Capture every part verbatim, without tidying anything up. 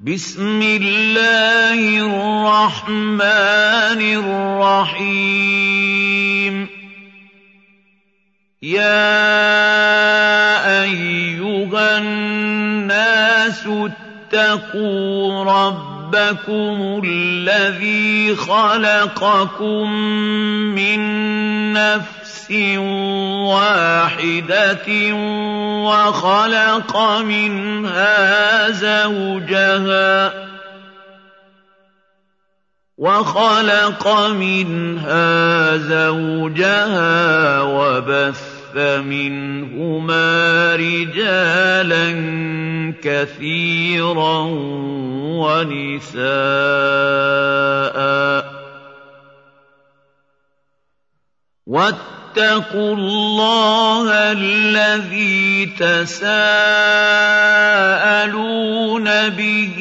بسم الله الرحمن الرحيم يا أيها الناس اتقوا ربكم الذي خلقكم من نفس واحدة وخلق منها زوجها وخلق منها زوجها وبث منهما رجالا كثيرا ونساء واتقوا الله الذي تساءلون به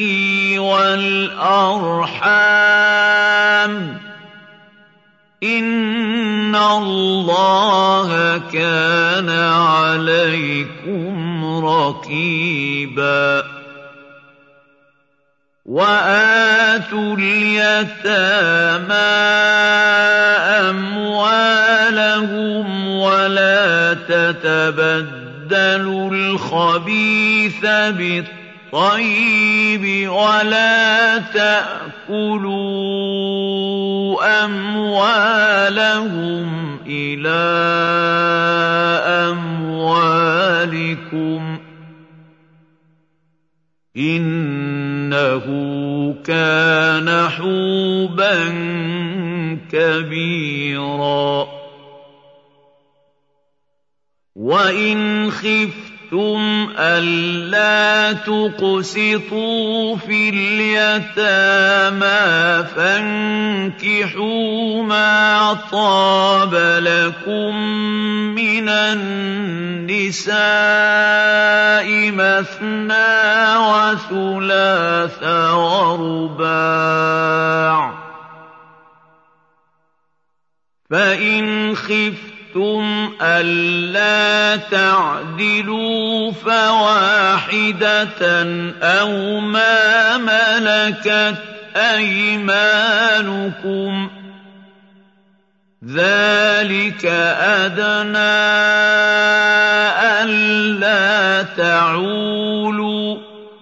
والأرحام إن الله كان عليكم رقيبا وآتوا اليتامى أموالهم ولا تتبدلوا الخبيث بالطيب ولا تأكلوا أموالهم إلى أموالكم إنه كان حوبا كبيرا وإن خفتم ألا تقسطوا في اليتامى فانكحوا ما طاب لكم من النساء مثنى وثلاث ورباع فإن خفتم ألا تعدلوا فواحدة أو ما ملكت أيمانكم ذلك أدنى ألا تعولوا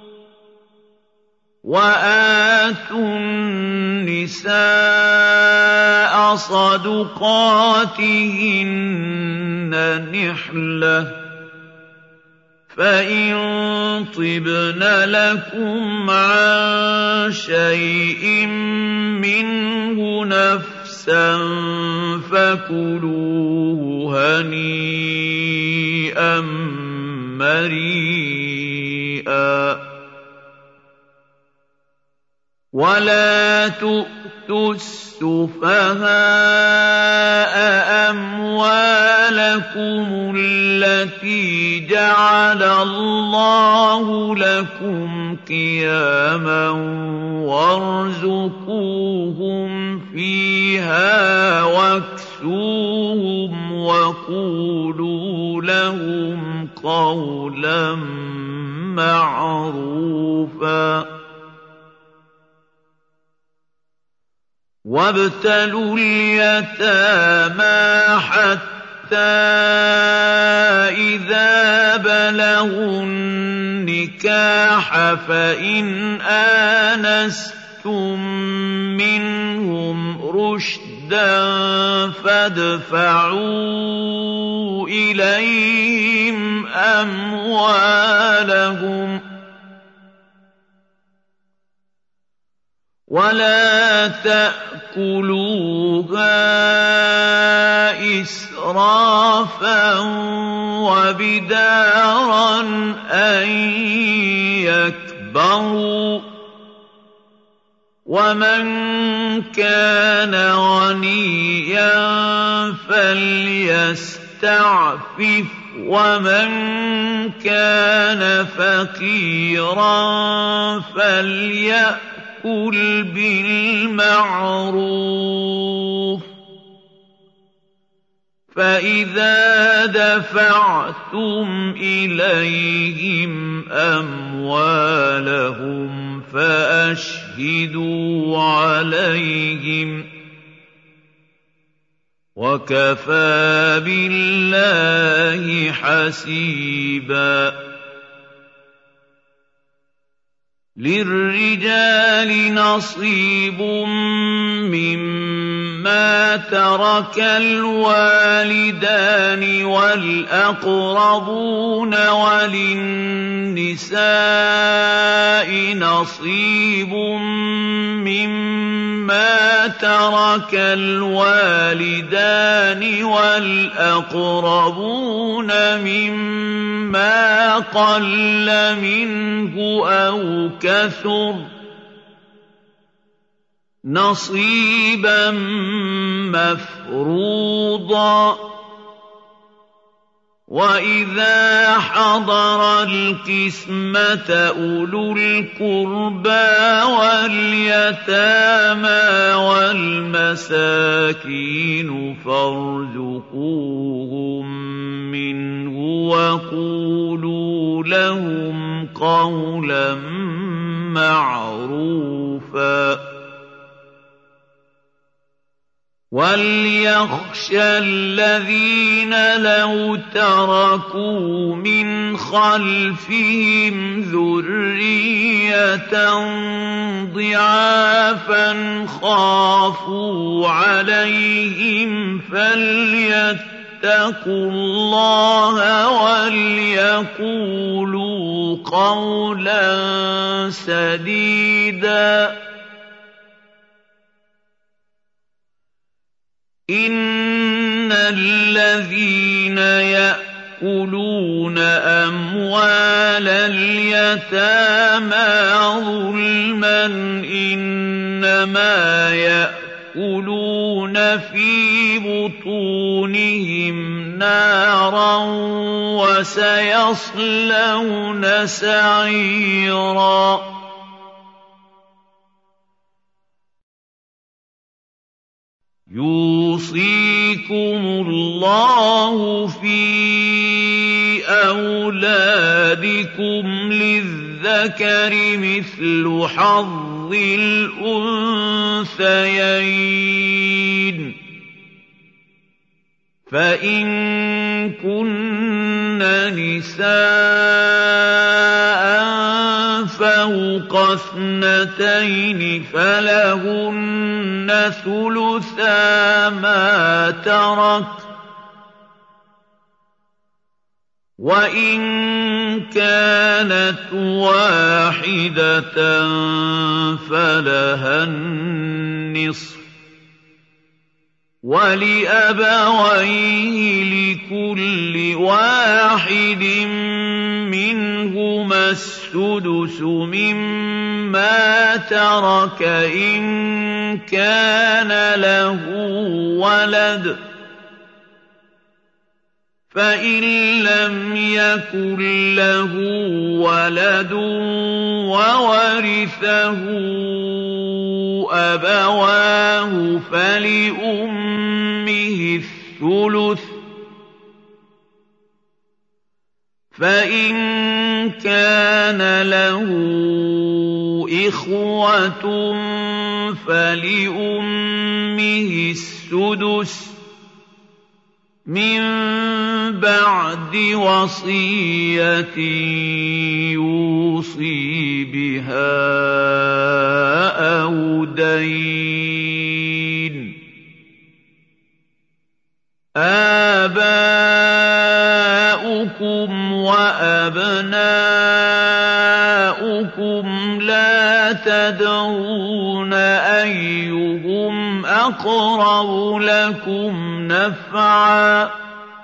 وآتوا النساء صدقاتهن نحلة فإن طبن لكم عن شيء منه نفسا فكلوه هنيئا مريئا ولا تؤتوا السفهاء أموالكم التي جعل الله لكم قياما وارزقوهم فيها واكسوهم وقولوا لهم قولا معروفا وابتلوا اليتامى حتى إذا بلغوا النكاح فإن آنستم منهم رشدا فادفعوا إليهم أموالهم ولا تأكلوها إسرافا وبدارا أن يكبروا ومن كان غنيا فليستعفف ومن كان فقيرا فليأكل كل بالمعروف فإذا دفعتم إليهم أموالهم فأشهدوا عليهم ۚ وَكَفَىٰ بِاللَّهِ حَسِيبًا. لِّلرِّجَالِ نَصِيبٌ مِّمَّا تَرَكَ الْوَالِدَانِ وَالْأَقْرَبُونَ ۚ وَلِلنِّسَاءِ نَصِيبٌ مِّمَّا تَرَكَ الْوَالِدَانِ وَالْأَقْرَبُونَ مِمَّا قَلَّ مِنْهُ أَوْ كَثُرَ نَصِيبًا مَّفْرُوضًا. وَإِذَا حَضَرَ الْقِسْمَةَ أُولُو الْقُرْبَىٰ وَالْيَتَامَىٰ وَالْمَسَاكِينُ فَارْزُقُوهُم مِّنْهُ وَقُولُوا لَهُمْ قَوْلًا مَّعْرُوفًا. وَلْيَخْشَ الَّذِينَ لَوْ تَرَكُوا مِنْ خَلْفِهِمْ ذُرِّيَّةً ضِعَافًا خَافُوا عَلَيْهِمْ فَلْيَتَّقُوا اللَّهَ وَلْيَقُولُوا قَوْلًا سَدِيدًا. إِنَّ الَّذِينَ يَأْكُلُونَ أَمْوَالَ الْيَتَامَىٰ ظُلْمًا إِنَّمَا يَأْكُلُونَ فِي بُطُونِهِمْ نَارًا وَسَيَصْلَوْنَ سَعِيرًا. يُوصِيكُمُ اللَّهُ فِي أَوْلَادِكُمْ ۖ لِلذَّكَرِ مِثْلُ حَظِّ الْأُنثَيَيْنِ ۚ فَإِن كُنَّ نِسَاءً فَوْقَ اثْنَتَيْنِ فَلَهُنَّ ثُلُثَا مَا تَرَكَ ۖ وَإِن كَانَتْ وَاحِدَةً فَلَهَا النِّصْفُ ۚ وَلِأَبَوَيْهِ لِكُلِّ وَاحِدٍ مِّنْهُمَا السُّدُسُ مِمَّا تَرَكَ إِن كَانَ لَهُ وَلَدٌ ۚ فَإِن لَّمْ يَكُن لَّهُ وَلَدٌ وَوَرِثَهُ أَبَوَاهُ فَلِأُمِّهِ الثُّلُثُ ۚ فَإِن كَانَ لَهُ إِخْوَةٌ فَلِأُمِّهِ السُّدُسُ مِن بَعْدِ وَصِيَّةٍ يُوصِي بِهَا أَوْ دَيْنٍ. آبَاؤُكُمْ وَأَبْنَاؤُكُمْ لَا تَدْرُونَ أَيُّهُمْ أَقْرَبُ لَكُمْ نَفْعًا ۚ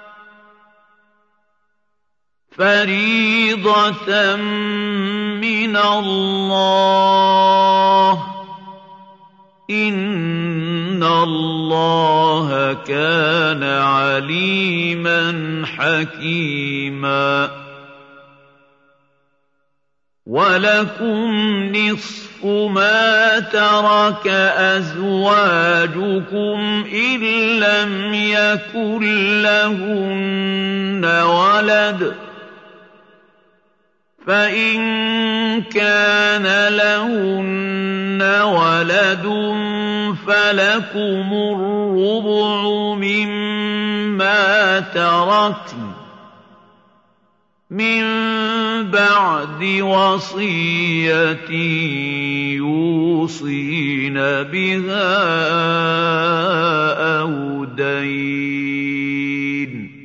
فَرِيضَةً مِّنَ اللَّهِ ۗ إِنَّ اللَّهَ كَانَ عَلِيمًا حَكِيمًا. وَلَكُمْ نِصْفُ مَا تَرَكَ أَزْوَاجُكُمْ إِن لَّمْ يَكُن لَّهُنَّ وَلَدٌ ۚ فَإِن كَانَ لَهُنَّ وَلَدٌ فَلَكُمُ الرُّبُعُ مِمَّا تَرَكْنَ مِن بَعْدِ وَصِيَّةٍ يُوصِينَ بِهَا أَوْ دَيْنٍ ۗ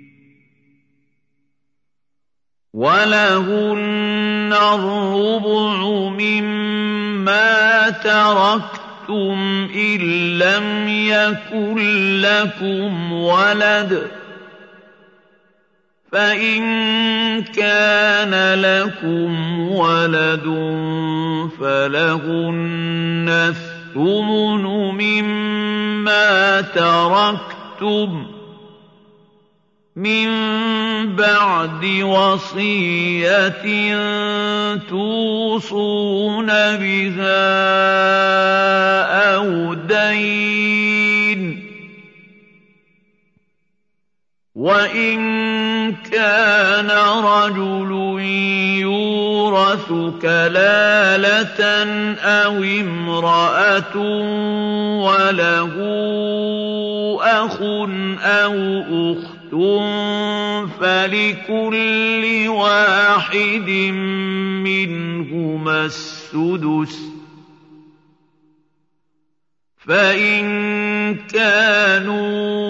وَلَهُنَّ الرُّبُعُ مِمَّا تَرَكْتُمْ إِن لَّمْ يَكُن لَّكُمْ وَلَدٌ ۚ فَإِن كَانَ لَكُمْ وَلَدٌ فَلَهُنَّ الثُّمُنُ مِمَّا تَرَكْتُم مِّن بَعْدِ وَصِيَّةٍ تُوصُونَ بِهَا أَوْ دَيْنٍ ۗ وَإِن كَانَ رَجُلٌ يُورَثُ كَلَالَةً أَوْ امْرَأَةٌ وَلَهُ أَخٌ أَوْ أُخْتٌ فَلِكُلِّ وَاحِدٍ مِّنْهُمَا السُّدُسُ ۚ فَإِن كَانُوا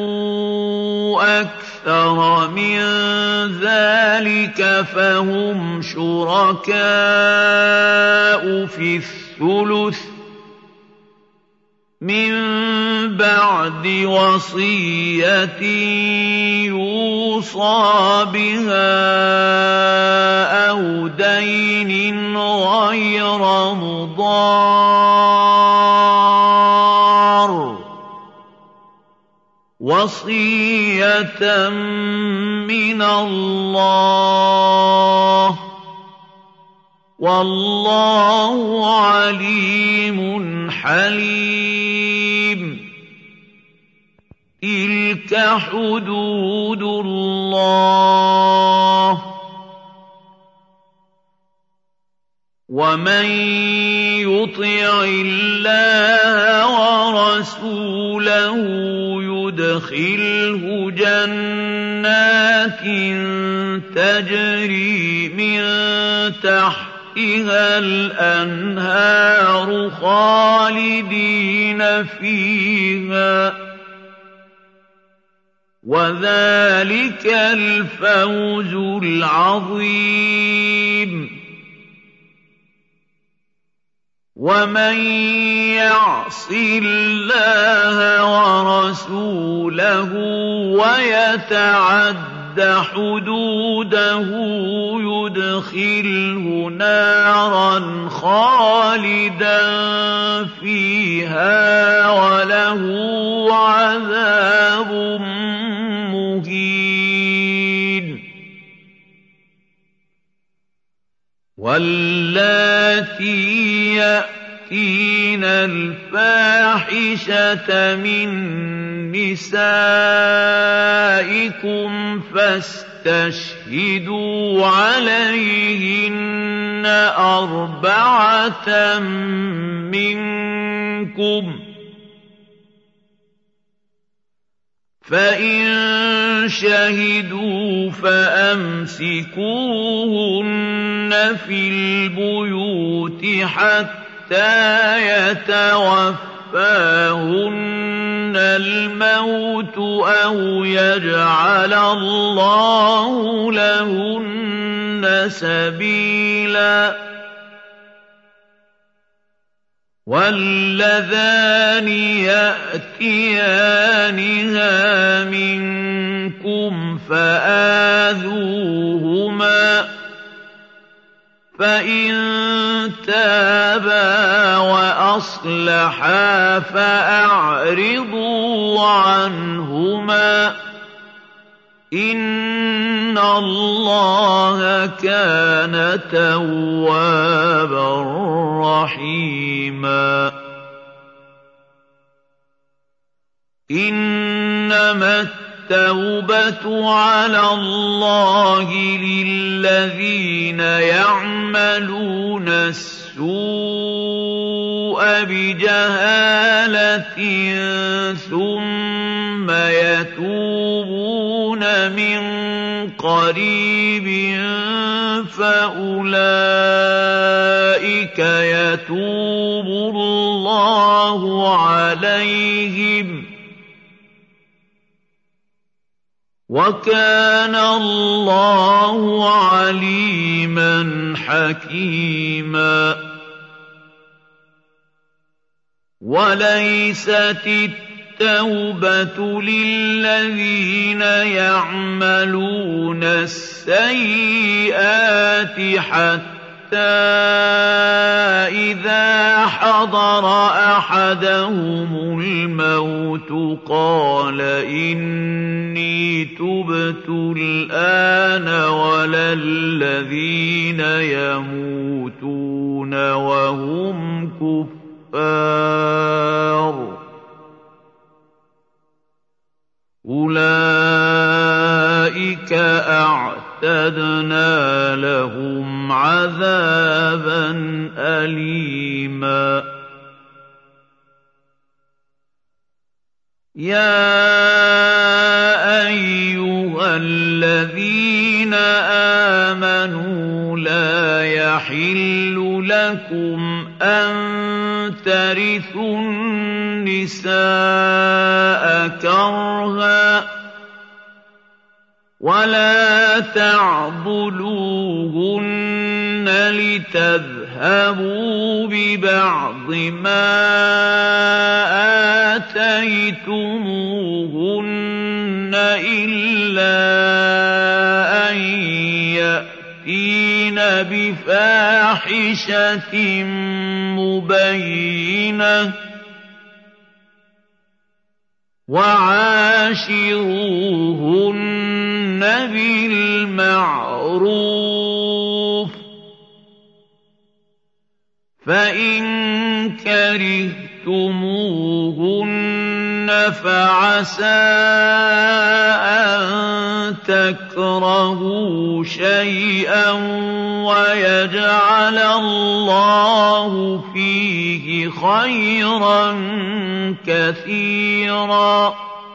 أَكْثَرَ مِن ذَٰلِكَ فَهُمْ شُرَكَاءُ فِي الثُّلُثِ مِن بَعْدِ وَصِيَّةٍ يُوصَىٰ بِهَا أَوْ دَيْنٍ غَيْرَ مُضَارٍّ ۚ وَصِيَّةً مِّنَ اللَّهِ ۗ وَاللَّهُ عَلِيمٌ حَلِيمٌ. تِلْكَ حُدُودُ اللَّهِ ۚ وَمَن يُطِعِ اللَّهَ وَرَسُولَهُ يُدْخِلْهُ جَنَّاتٍ تَجْرِي مِن تَحْتِهَا الْأَنْهَارُ خَالِدِينَ فِيهَا ۚ وَذَٰلِكَ الْفَوْزُ الْعَظِيمُ. وَمَن يَعْصِ اللَّهَ وَرَسُولَهُ وَيَتَعَدَّ حُدُودَهُ يُدْخِلْهُ نَارًا خَالِدًا فِيهَا وَلَهُ عَذَابٌ مُّهِينٌ. وَاللَّاتِي يَأْتِينَ الْفَاحِشَةَ مِن نِّسَائِكُمْ فَاسْتَشْهِدُوا عَلَيْهِنَّ أَرْبَعَةً مِّنكُمْ ۖ فَإِن شَهِدُوا فَأَمْسِكُوهُنَّ فِي الْبُيُوتِ حَتَّىٰ يَتَوَفَّاهُنَّ الْمَوْتُ أَوْ يَجْعَلَ اللَّهُ لَهُنَّ سَبِيلًا. وَاللَّذَانِ يَأْتِيَانِهَا مِنكُمْ فَآذُوهُمَا ۖ فَإِن تَابَا وَأَصْلَحَا فَأَعْرِضُوا عَنْهُمَا ۗ إِنَّ اللَّهَ كَانَ تَوَّابًا رَّحِيمًا. إِنَّمَا التوبة على الله للذين يعملون السوء بجهالة ثم يتوبون من قريب فأولئك يتوب الله عليهم وكان الله عليما حكيما. وليست التوبة للذين يعملون السيئات حتى إذا حضر أحدهم الموت قال إني تبت الآن ولا الذين يموتون وهم كفار أولئك أعتدنا لهم عذابا أليما. يا أيها الذين آمنوا لا يحل لكم أن ترثوا النساء كرها ولا تعضلوهن لتذهبوا ببعض ما آتيتموهن إلا أن يأتين بفاحشة مبينة وعاشروهن بالمعروف فإن كرهتموهن فعسى أن تكرهوا شيئا ويجعل الله فيه خيرا كثيرا.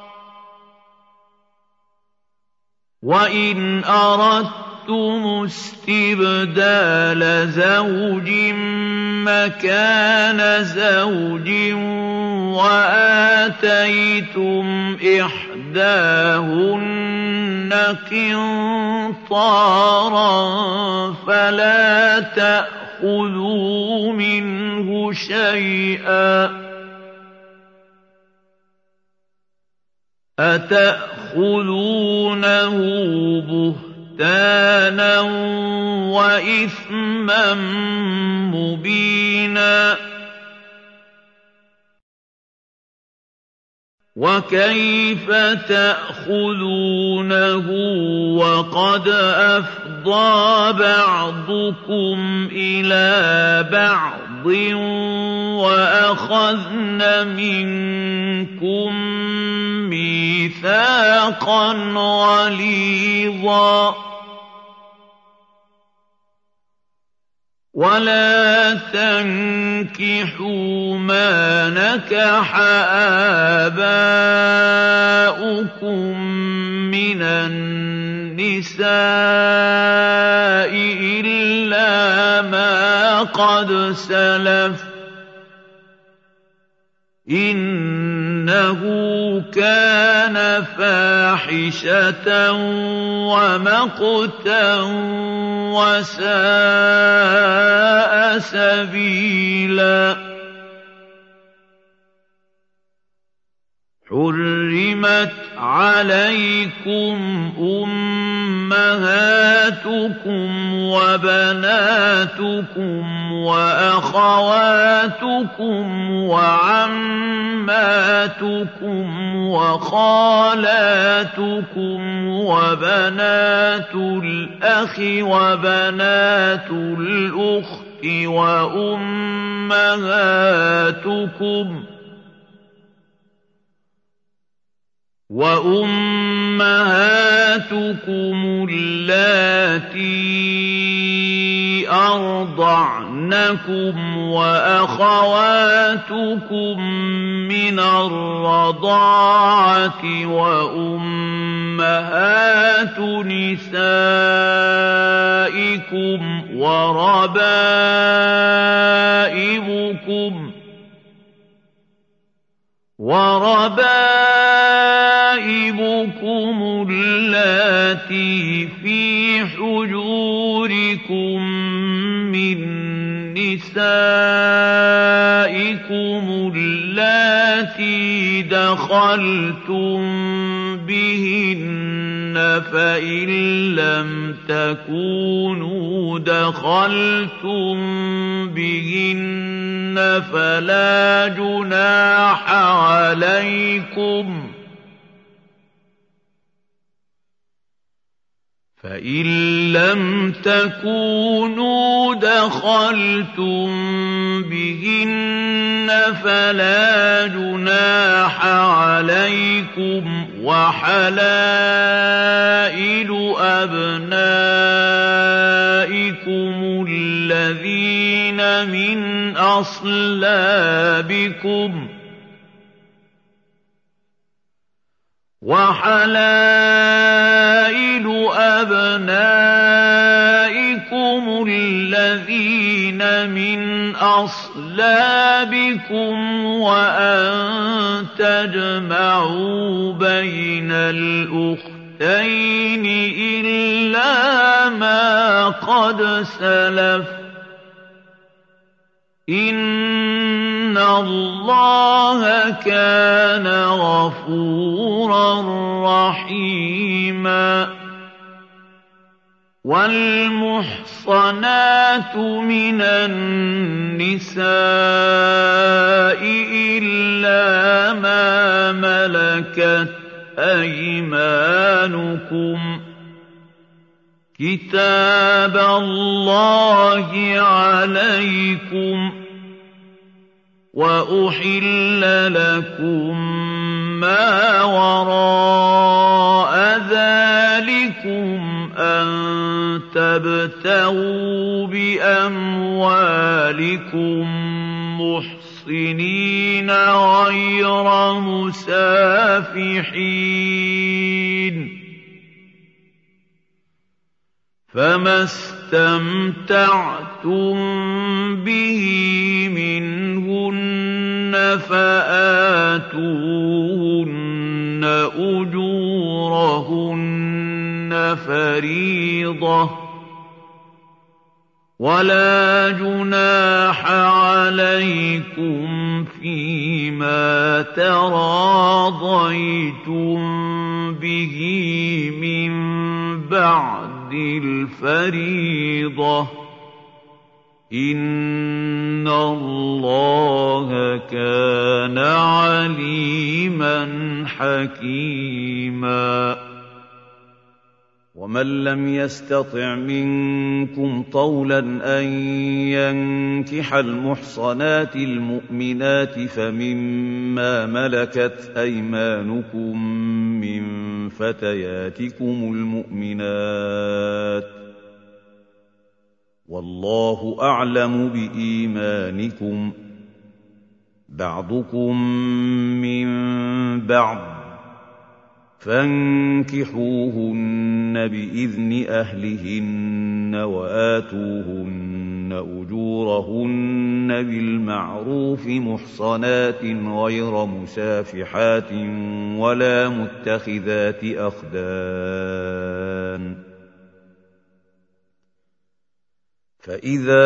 وإن أردتم استبدال زوج مكان زوج وآتيتم إحداهن قنطارا فلا تأخذوا منه شيئا أتأخذونه بهتانا وإثما مبينا. وكيف تأخذونه وقد أفضى بعضكم إلى بعض وأخذن منكم ميثاقا غليظا. ولا تنكحوا ما نكح آباؤكم من النساء إلا ما قد سلف إنه كان فاحشة ومقتا وساء سبيلا. حرمت عليكم أمهاتكم وبناتكم وأخواتكم وعماتكم وخالاتكم وبنات الأخ وبنات الأخت وأمهاتكم وَأُمَّهَاتُكُمُ اللَّاتِي أَرْضَعْنَكُمْ وَأَخَوَاتُكُم مِّنَ الرَّضَاعَةِ وَأُمَّهَاتُ نِسَائِكُمْ وَرَبَائِبُكُمْ وربائبكم اللاتي في حجوركم من نسائكم اللاتي دخلتم بهن فإن لم تكونوا دخلتم بهن فلا جناح عليكم فإن لم تكونوا دخلتم بهن فلا جناح عليكم وحلائل أبنائكم الذين من أصلابكم وحلائل أبنائكم الذين من أصلابكم وأن تجمعوا بين الأختين إلا ما قد سلف إن الله كان غفورا رحيما والمحصنات من النساء إلا ما ملكت أيمانكم كتاب الله عليكم وأحل لكم ما وراء ذلكم أن تبتغوا بأموالكم محصنين غير مسافحين فما استمتعتم به منهن فآتوهن أجورهن فريضة ولا جناح عليكم فيما تراضيتم به من بعد الفريضة إن الله كان عليما حكيما ومن لم يستطع منكم طولا أن ينكح المحصنات المؤمنات فمما ملكت أيمانكم من فتياتكم المؤمنات والله أعلم بإيمانكم بعضكم من بعض فانكحوهن بإذن أهلهن وآتوهن أجورهن بالمعروف محصنات غير مسافحات ولا متخذات أخدان فإذا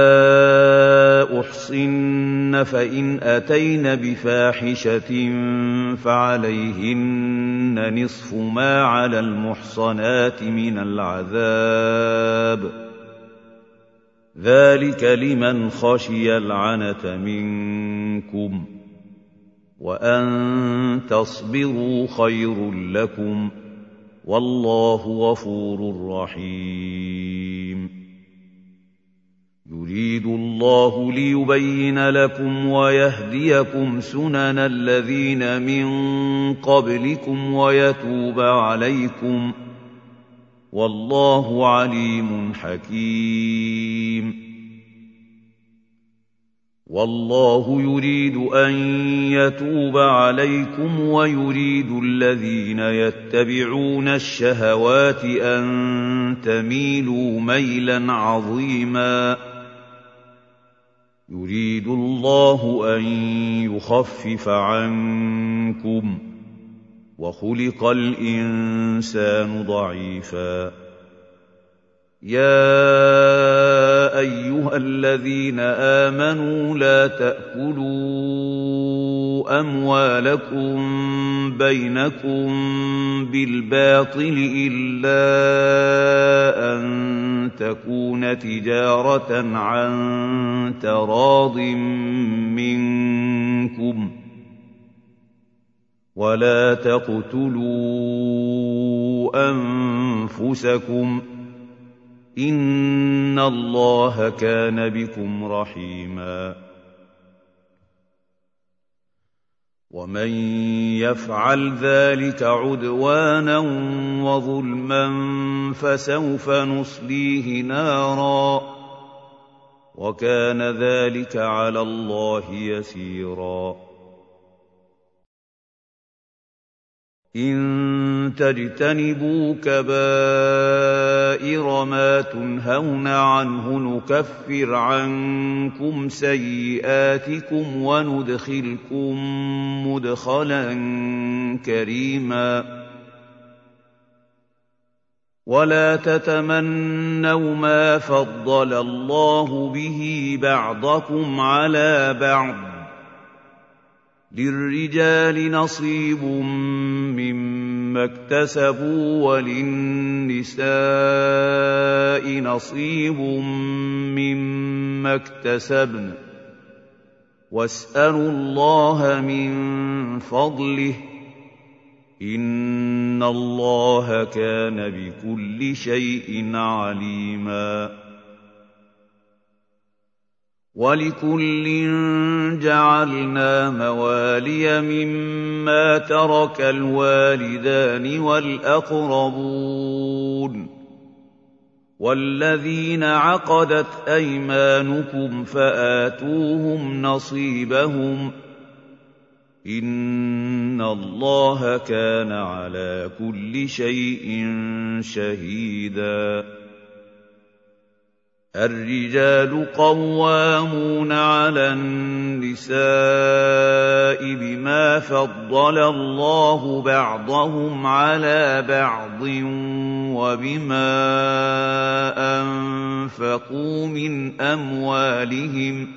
أحصن فإن أتين بفاحشة فعليهن نصف ما على المحصنات من العذاب ذلك لمن خشي العنة منكم وأن تصبروا خير لكم والله غفور رحيم يريد الله ليبين لكم ويهديكم سنن الذين من قبلكم ويتوب عليكم والله عليم حكيم والله يريد أن يتوب عليكم ويريد الذين يتبعون الشهوات أن تميلوا ميلا عظيما يريد الله أن يخفف عنكم وخلق الإنسان ضعيفا يا أيها الذين آمنوا لا تأكلوا أموالكم بينكم بالباطل إلا أن تكون تجارة عن تراض منكم ولا تقتلوا أنفسكم إن الله كان بكم رحيما ومن يفعل ذلك عدوانا وظلما فسوف نصليه نارا وكان ذلك على الله يسيرا إن تجتنبوا كبائر ما تنهون عنه نكفر عنكم سيئاتكم وندخلكم مدخلا كريما ولا تتمنوا ما فضل الله به بعضكم على بعض للرجال نصيب مما اكتسبوا وللنساء نصيب مما اكتسبن واسألوا الله من فضله إن الله كان بكل شيء عليما وَلِكُلٍّ جَعَلْنَا مَوَالِيَ مِمَّا تَرَكَ الْوَالِدَانِ وَالْأَقْرَبُونَ وَالَّذِينَ عَقَدَتْ أَيْمَانُكُمْ فَآتُوهُمْ نَصِيبَهُمْ ۖ إِنَّ اللَّهَ كَانَ عَلَىٰ كُلِّ شَيْءٍ شَهِيدًا الرجال قوامون على النساء بما فضل الله بعضهم على بعض وبما أنفقوا من أموالهم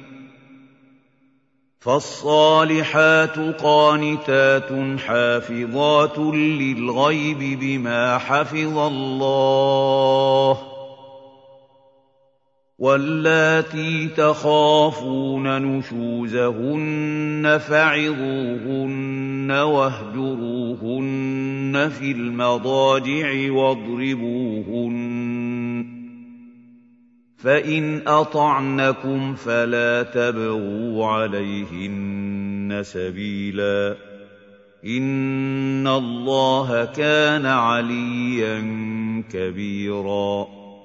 فالصالحات قانتات حافظات للغيب بما حفظ الله واللاتي تخافون نشوزهن فعظوهن واهجروهن في المضاجع واضربوهن فإن أطعنكم فلا تبغوا عليهن سبيلا إن الله كان عليا كبيرا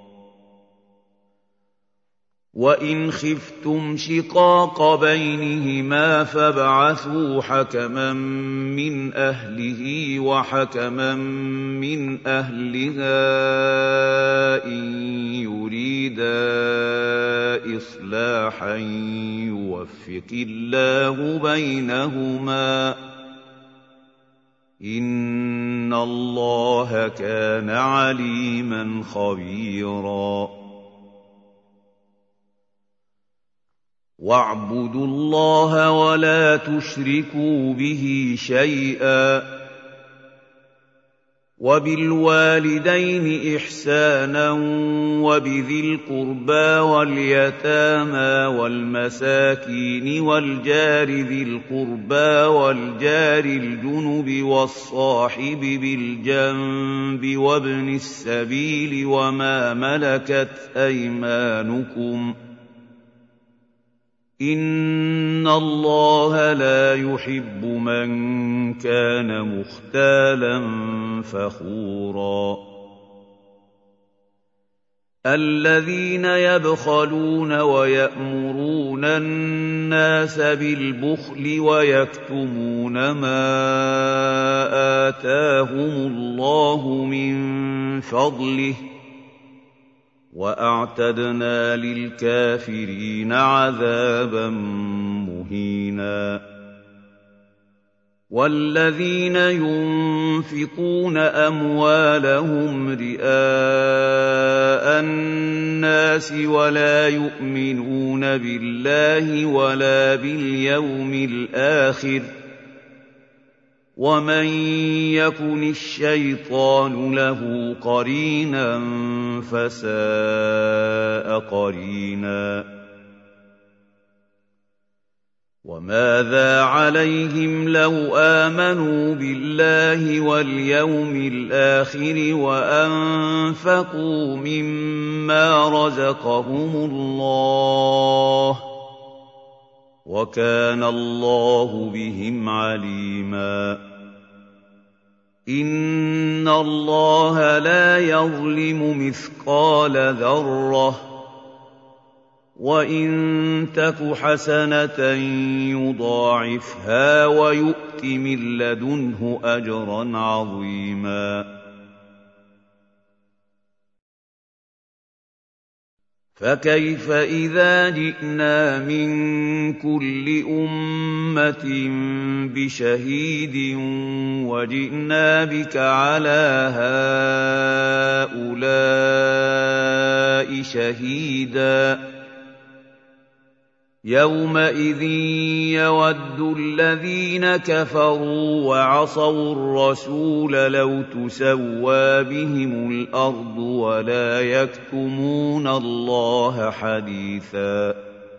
وَإِنْ خِفْتُمْ شِقَاقَ بَيْنِهِمَا فَابْعَثُوا حَكَمًا مِّنْ أَهْلِهِ وَحَكَمًا مِّنْ أَهْلِهَا إِن يُرِيدَا إِصْلَاحًا يُوَفِّقِ اللَّهُ بَيْنَهُمَا إِنَّ اللَّهَ كَانَ عَلِيمًا خَبِيرًا وَاعْبُدُوا اللَّهَ وَلَا تُشْرِكُوا بِهِ شَيْئًا وَبِالْوَالِدَيْنِ إِحْسَانًا وَبِذِي الْقُرْبَىٰ وَالْيَتَامَىٰ وَالْمَسَاكِينِ وَالْجَارِ ذِي الْقُرْبَىٰ وَالْجَارِ الْجُنُبِ وَالصَّاحِبِ بِالْجَنبِ وَابْنِ السَّبِيلِ وَمَا مَلَكَتْ أَيْمَانُكُمْ ۗ إِنَّ اللَّهَ لَا يُحِبُّ مَن كَانَ مُخْتَالًا فَخُورًا الَّذِينَ يَبْخَلُونَ وَيَأْمُرُونَ النَّاسَ بِالْبُخْلِ وَيَكْتُمُونَ مَا آتَاهُمُ اللَّهُ مِن فَضْلِهِ ۗ وَأَعْتَدْنَا لِلْكَافِرِينَ عَذَابًا مُّهِينًا وَالَّذِينَ يُنفِقُونَ أَمْوَالَهُمْ رِئَاءَ النَّاسِ وَلَا يُؤْمِنُونَ بِاللَّهِ وَلَا بِالْيَوْمِ الْآخِرِ ۗ وَمَن يَكُنِ الشَّيْطَانُ لَهُ قَرِينًا فَسَاءَ قَرِينًا وَمَاذَا عَلَيْهِمْ لَوْ آمَنُوا بِاللَّهِ وَالْيَوْمِ الْآخِرِ وَأَنفَقُوا مِمَّا رَزَقَهُمُ اللَّهُ ۗ وَكَانَ اللَّهُ بِهِمْ عَلِيمًا إِنَّ اللَّهَ لَا يَظْلِمُ مِثْقَالَ ذَرَّةٍ وَإِن تَكُ حَسَنَةً يُضَاعِفْهَا وَيُؤْتِ مِن لَّدُنْهُ أَجْرًا عَظِيمًا فَكَيْفَ إِذَا جِئْنَا مِن كُلِّ أُمَّةٍ بِشَهِيدٍ وَجِئْنَا بِكَ عَلَىٰ هَٰؤُلَاءِ شَهِيدًا يَوْمَئِذٍ يَوَدُّ الَّذِينَ كَفَرُوا وَعَصَوُا الرَّسُولَ لَوْ تُسَوَّىٰ بِهِمُ الْأَرْضُ وَلَا يَكْتُمُونَ اللَّهَ حَدِيثًا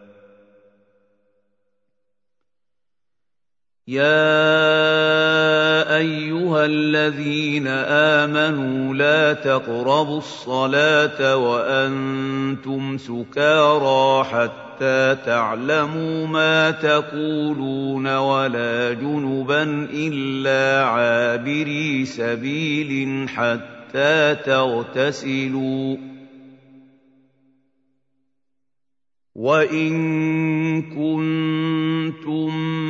يَا أَيُّهَا الَّذِينَ آمَنُوا لَا تَقْرَبُوا الصَّلَاةَ وَأَنتُمْ سُكَارَىٰ حَتَّىٰ تَعْلَمُوا مَا تَقُولُونَ وَلَا جُنُبًا إِلَّا عَابِرِي سَبِيلٍ حَتَّىٰ تَغْتَسِلُوا ۚ وَإِن كُنتُم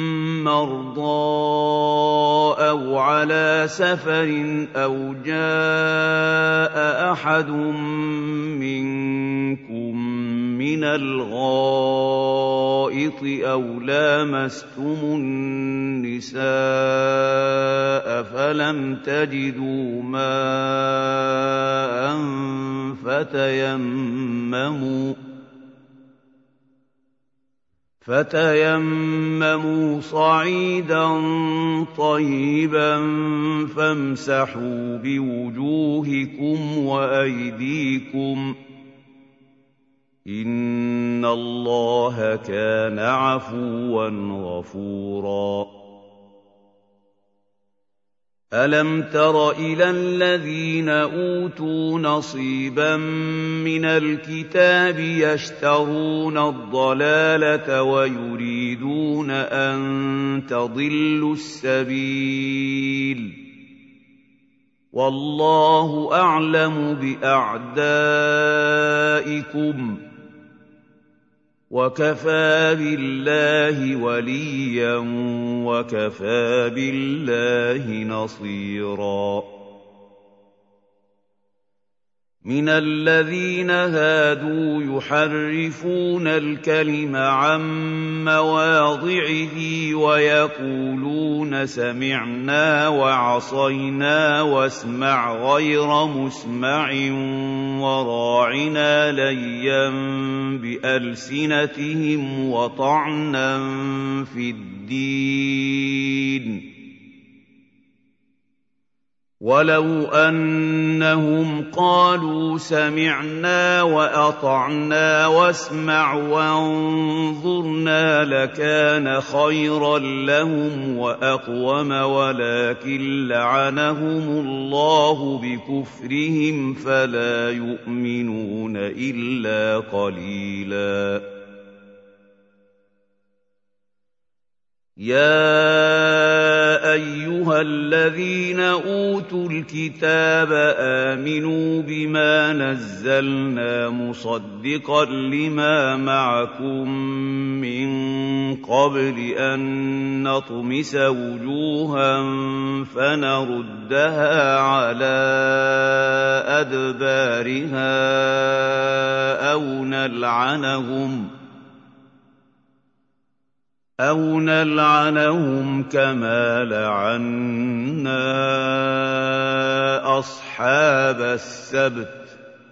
مَّرْضَىٰ أَوْ عَلَىٰ سَفَرٍ أَوْ جَاءَ أَحَدٌ مِّنكُم مِّنَ الْغَائِطِ أَوْ لَامَسْتُمُ النِّسَاءَ فَلَمْ تَجِدُوا مَاءً فتيمموا فتيمموا صعيدا طيبا فامسحوا بوجوهكم وأيديكم إن الله كان عفوا غفورا ألم تر إلى الذين أوتوا نصيبا من الكتاب يشترون الضلالة ويريدون أن تضلوا السبيل والله أعلم بأعدائكم وكفى بالله وليا وكفى بالله نصيرا من الذين هادوا يحرفون الكلم عن مواضعه ويقولون سمعنا وعصينا واسمع غير مسمع وراعنا ليا بألسنتهم وطعنا في الدين ولو أنهم قالوا سمعنا وأطعنا واسمع وانظرنا لكان خيرا لهم وأقوم ولكن لعنهم الله بكفرهم فلا يؤمنون إلا قليلا يَا أَيُّهَا الَّذِينَ أُوتُوا الْكِتَابَ آمِنُوا بِمَا نَزَّلْنَا مُصَدِّقًا لِّمَا مَعَكُم مِّن قَبْلِ أَن نَّطْمِسَ وُجُوهًا فَنَرُدَّهَا عَلَىٰ أَدْبَارِهَا أَوْ نَلْعَنَهُمْ أَوْ نَلْعَنَهُمْ كَمَا لَعَنَّا أَصْحَابَ السَّبْتِ ۚ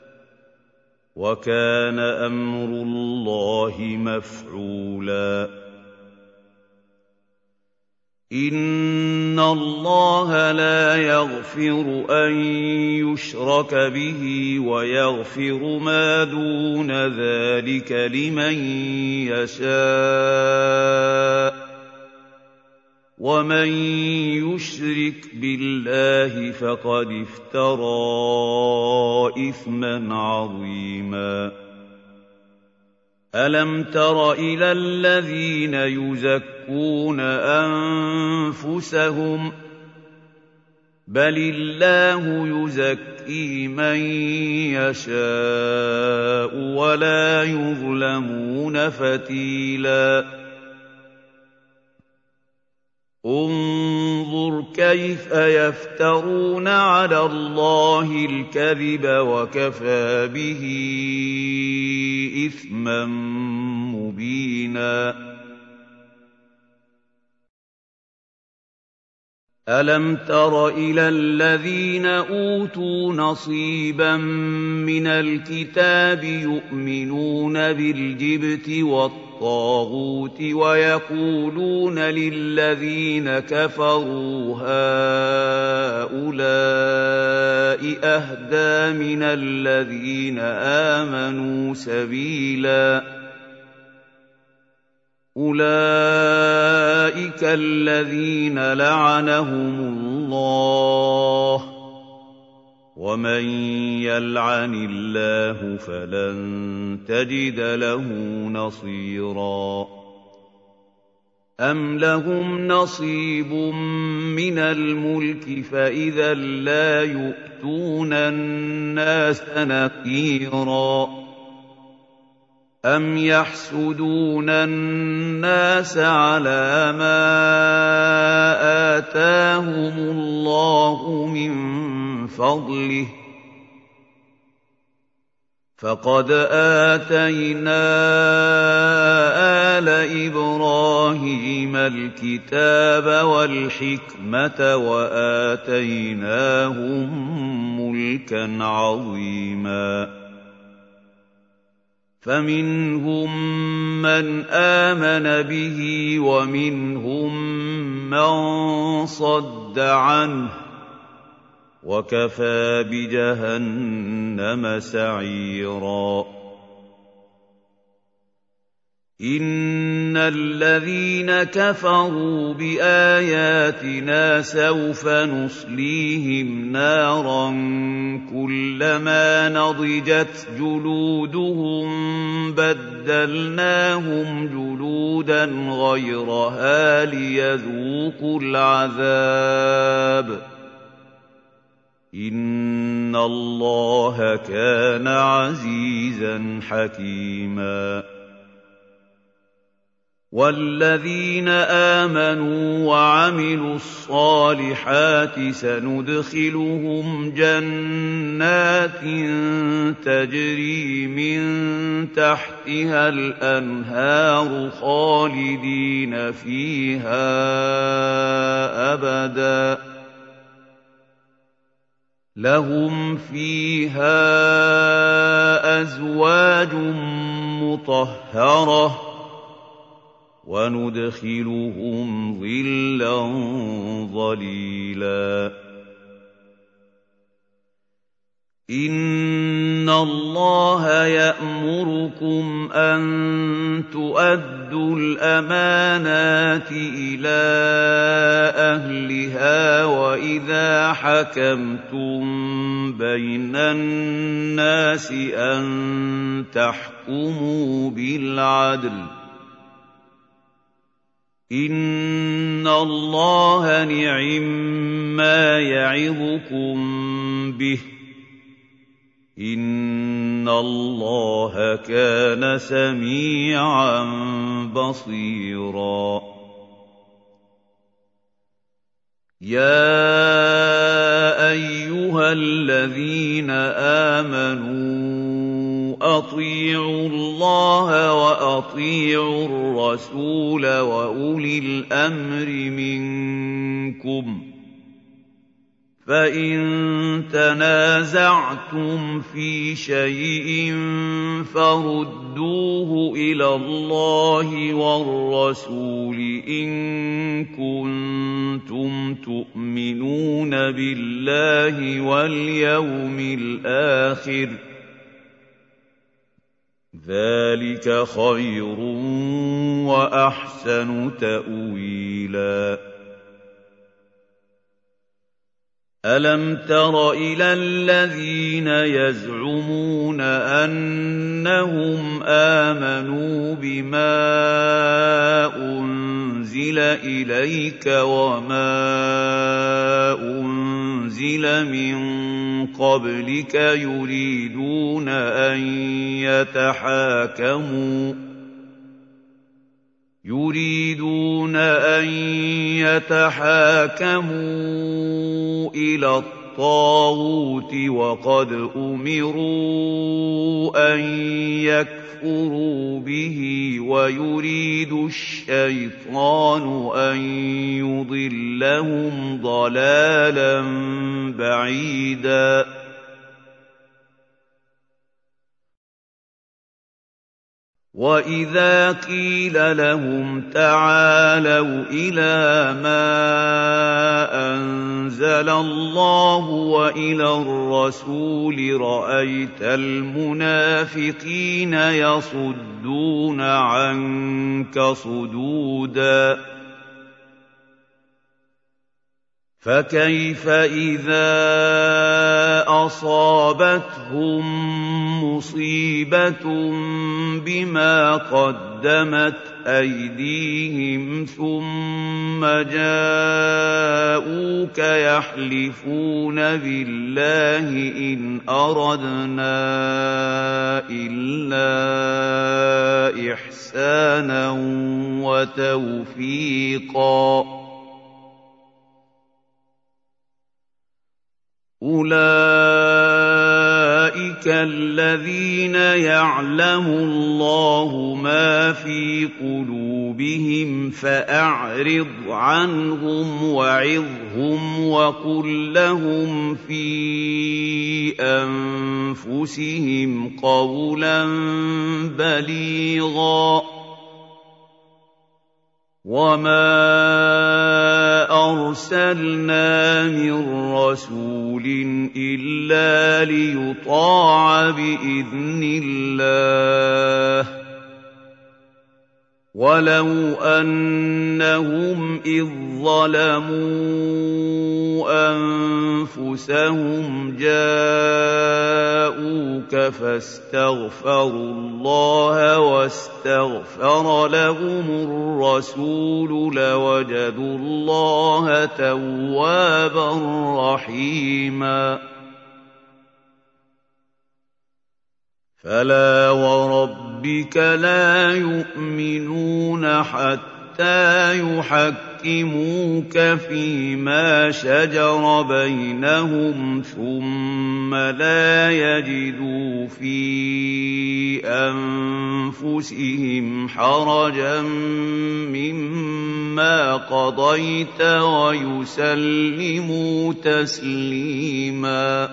وَكَانَ أَمْرُ اللَّهِ مَفْعُولًا إِنَّ اللَّهَ لَا يَغْفِرُ أَن يُشْرَكَ بِهِ وَيَغْفِرُ مَا دُونَ ذَلِكَ لِمَن يَشَاءُ ۚ وَمَن يُشْرِكْ بِاللَّهِ فَقَدِ افْتَرَىٰ إِثْمًا عَظِيمًا أَلَمْ تَرَ إِلَى الَّذِينَ يُزَكُّونَ أَنفُسَهُم ۚ بَلِ اللَّهُ يُزَكِّي مَن يَشَاءُ وَلَا يُظْلَمُونَ فَتِيلًا انظُرْ كَيْفَ يَفْتَرُونَ عَلَى اللَّهِ الْكَذِبَ وَكَفَىٰ بِهِ إِثْمًا مُّبِينًا أَلَمْ تَرَ إِلَى الَّذِينَ أُوتُوا نَصِيبًا مِّنَ الْكِتَابِ يُؤْمِنُونَ بِالْجِبْتِ وَالطَّاغُوتِ وَيَقُولُونَ لِلَّذِينَ كَفَرُوا هَٰؤُلَاءِ أَهْدَىٰ مِنَ الَّذِينَ آمَنُوا سَبِيلًا أُولَٰئِكَ الَّذِينَ لَعَنَهُمُ اللَّهُ ۖ وَمَن يَلْعَنِ اللَّهُ فَلَن تَجِدَ لَهُ نَصِيرًا أَمْ لَهُمْ نَصِيبٌ مِّنَ الْمُلْكِ فَإِذًا لَّا يُؤْتُونَ النَّاسَ نَقِيرًا أَمْ يَحْسُدُونَ النَّاسَ عَلَىٰ مَا آتَاهُمُ اللَّهُ مِن فَضْلِهِ ۖ فَقَدْ آتَيْنَا آلَ إِبْرَاهِيمَ الْكِتَابَ وَالْحِكْمَةَ وَآتَيْنَاهُم مُّلْكًا عَظِيمًا فَمِنْهُم مَّنْ آمَنَ بِهِ وَمِنْهُم مَّن صَدَّ عَنْهُ ۚ وَكَفَىٰ بِجَهَنَّمَ سَعِيرًا إِنَّ الَّذِينَ كَفَرُوا بِآيَاتِنَا سَوْفَ نُصْلِيهِمْ نَارًا كُلَّمَا نَضِجَتْ جُلُودُهُم بَدَّلْنَاهُمْ جُلُودًا غَيْرَهَا لِيَذُوقُوا الْعَذَابَ ۗ إِنَّ اللَّهَ كَانَ عَزِيزًا حَكِيمًا وَالَّذِينَ آمَنُوا وَعَمِلُوا الصَّالِحَاتِ سَنُدْخِلُهُمْ جَنَّاتٍ تَجْرِي مِن تَحْتِهَا الْأَنْهَارُ خَالِدِينَ فِيهَا أَبَدًا ۖ لَّهُمْ فِيهَا أَزْوَاجٌ مُّطَهَّرَةٌ ۖ وَنُدْخِلُهُمْ ظِلًّا ظَلِيلًا إِنَّ اللَّهَ يَأْمُرُكُمْ أَن تُؤَدُّوا الْأَمَانَاتِ إِلَىٰ أَهْلِهَا وَإِذَا حَكَمْتُم بَيْنَ النَّاسِ أَن تَحْكُمُوا بِالْعَدْلِ ۚ إِنَّ اللَّهَ نِعِمَّا يَعِظُكُم بِهِ ۗ إِنَّ اللَّهَ كَانَ سَمِيعًا بَصِيرًا يَا أَيُّهَا الَّذِينَ آمَنُوا أَطِيعُوا اللَّهَ وَأَطِيعُوا الرَّسُولَ وَأُولِي الْأَمْرِ مِنكُمْ ۖ فَإِن تَنَازَعْتُمْ فِي شَيْءٍ فَرُدُّوهُ إِلَى اللَّهِ وَالرَّسُولِ إِن كُنتُمْ تُؤْمِنُونَ بِاللَّهِ وَالْيَوْمِ الْآخِرِ ۚ ذَٰلِكَ خَيْرٌ وَأَحْسَنُ تَأْوِيلًا أَلَمْ تَرَ إِلَى الَّذِينَ يَزْعُمُونَ أَنَّهُمْ آمَنُوا بِمَا أُنزِلَ إِلَيْكَ وَمَا أُنزِلَ مِن قَبْلِكَ يُرِيدُونَ أَن يَتَحَاكَمُوا يُرِيدُونَ أَن يَتَحَاكَمُوا إِلَى الطَّاغُوتِ وَقَدْ أُمِرُوا أَن يَكْفُرُوا بِهِ وَيُرِيدُ الشَّيْطَانُ أَن يُضِلَّهُمْ ضَلَالًا بَعِيدًا وَإِذَا قِيلَ لَهُمْ تَعَالَوْا إِلَىٰ مَا أَنزَلَ اللَّهُ وَإِلَى الرَّسُولِ رَأَيْتَ الْمُنَافِقِينَ يَصُدُّونَ عَنكَ صُدُودًا فَكَيْفَ إِذَا أَصَابَتْهُم مُّصِيبَةٌ بِمَا قَدَّمَتْ أَيْدِيهِمْ ثُمَّ جَاءُوكَ يَحْلِفُونَ بِاللَّهِ إِنْ أَرَدْنَا إِلَّا إِحْسَانًا وَتَوْفِيقًا أُولَٰئِكَ الَّذِينَ يَعْلَمُ اللَّهُ مَا فِي قُلُوبِهِمْ فَأَعْرِضْ عَنْهُمْ وَعِظْهُمْ وَقُل لَّهُمْ فِي أَنفُسِهِمْ قَوْلًا بَلِيغًا وَمَا أَرْسَلْنَا مِن رَّسُولٍ إِلَّا لِيُطَاعَ بِإِذْنِ اللَّهِ ۚ وَلَوْ أَنَّهُمْ إِذ ظَّلَمُوا أَنفُسَهُمْ جَاءُوكَ فَاسْتَغْفَرُوا اللَّهَ وَاسْتَغْفَرَ لَهُمُ الرَّسُولُ لَوَجَدُوا اللَّهَ تَوَّابًا رَّحِيمًا فَلَا وَرَبِّكَ لَا يُؤْمِنُونَ حَتَّىٰ يُحَكِّمُوكَ فِيمَا شَجَرَ بَيْنَهُمْ ثُمَّ لَا يَجِدُوا فِي أَنفُسِهِمْ حَرَجًا مِّمَّا قَضَيْتَ وَيُسَلِّمُوا تَسْلِيمًا